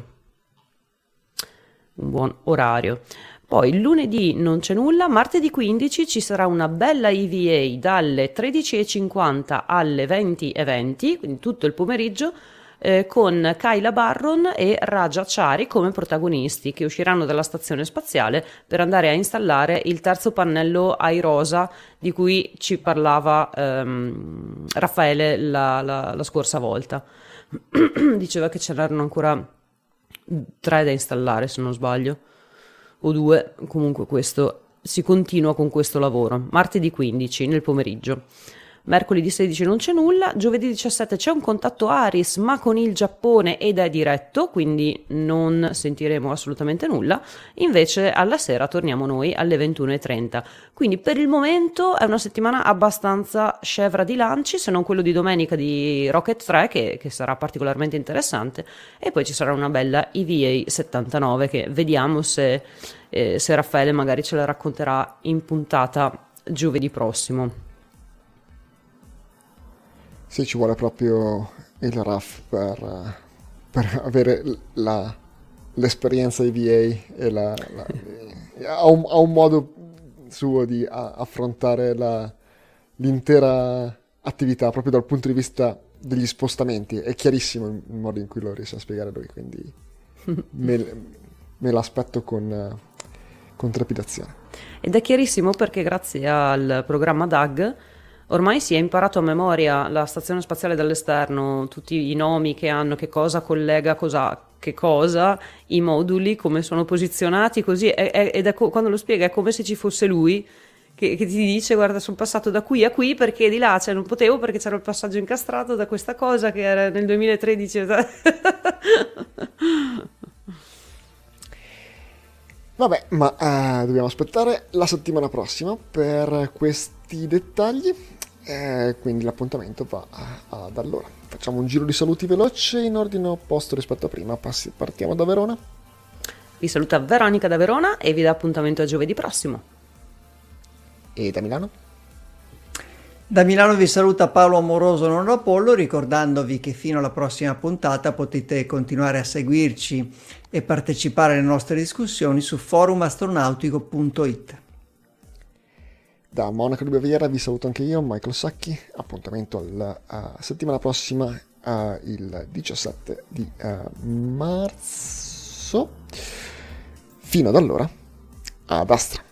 Un buon orario. Poi lunedì non c'è nulla, martedì quindici ci sarà una bella E V A dalle tredici e cinquanta alle venti e venti, quindi tutto il pomeriggio, eh, con Kyla Barron e Raja Chari come protagonisti, che usciranno dalla stazione spaziale per andare a installare il terzo pannello Airosa di cui ci parlava ehm, Raffaele la, la, la scorsa volta. Diceva che ce n'erano ancora tre da installare, se non sbaglio. o due, comunque questo si continua con questo lavoro. Martedì quindici nel pomeriggio. Mercoledì sedici non c'è nulla, giovedì diciassette c'è un contatto Aris ma con il Giappone ed è diretto, quindi non sentiremo assolutamente nulla. Invece alla sera torniamo noi alle ventuno e trenta, quindi per il momento è una settimana abbastanza scevra di lanci, se non quello di domenica di Rocket tre che, che sarà particolarmente interessante, e poi ci sarà una bella E V A settantanove che vediamo se, eh, se Raffaele magari ce la racconterà in puntata giovedì prossimo. Sì, ci vuole proprio il R A F per, per avere la, l'esperienza I V A e la, la, ha, un, ha un modo suo di a, affrontare la, l'intera attività proprio dal punto di vista degli spostamenti. È chiarissimo il modo in cui lo riesce a spiegare lui, quindi me, me l'aspetto con, con trepidazione. Ed è chiarissimo perché grazie al programma D A G ormai si è imparato a memoria la stazione spaziale dall'esterno, tutti i nomi che hanno, che cosa collega cosa, che cosa, i moduli, come sono posizionati, così, ed è, quando lo spiega è come se ci fosse lui che, che ti dice guarda sono passato da qui a qui perché di là cioè, non potevo perché c'era il passaggio incastrato da questa cosa che era nel duemilatredici. Vabbè, ma uh, dobbiamo aspettare la settimana prossima per questi dettagli, eh, quindi l'appuntamento va ad allora. Facciamo un giro di saluti veloce in ordine opposto rispetto a prima. Passi, partiamo da Verona. Vi saluta Veronica da Verona e vi dà appuntamento a giovedì prossimo. E da Milano? Da Milano vi saluta Paolo Amoroso non Apollo, ricordandovi che fino alla prossima puntata potete continuare a seguirci e partecipare alle nostre discussioni su forum astronautico punto it. Da Monaco di Baviera vi saluto anche io, Michael Sacchi. Appuntamento la uh, settimana prossima, uh, il diciassette di uh, marzo. Fino ad allora, ad Astra.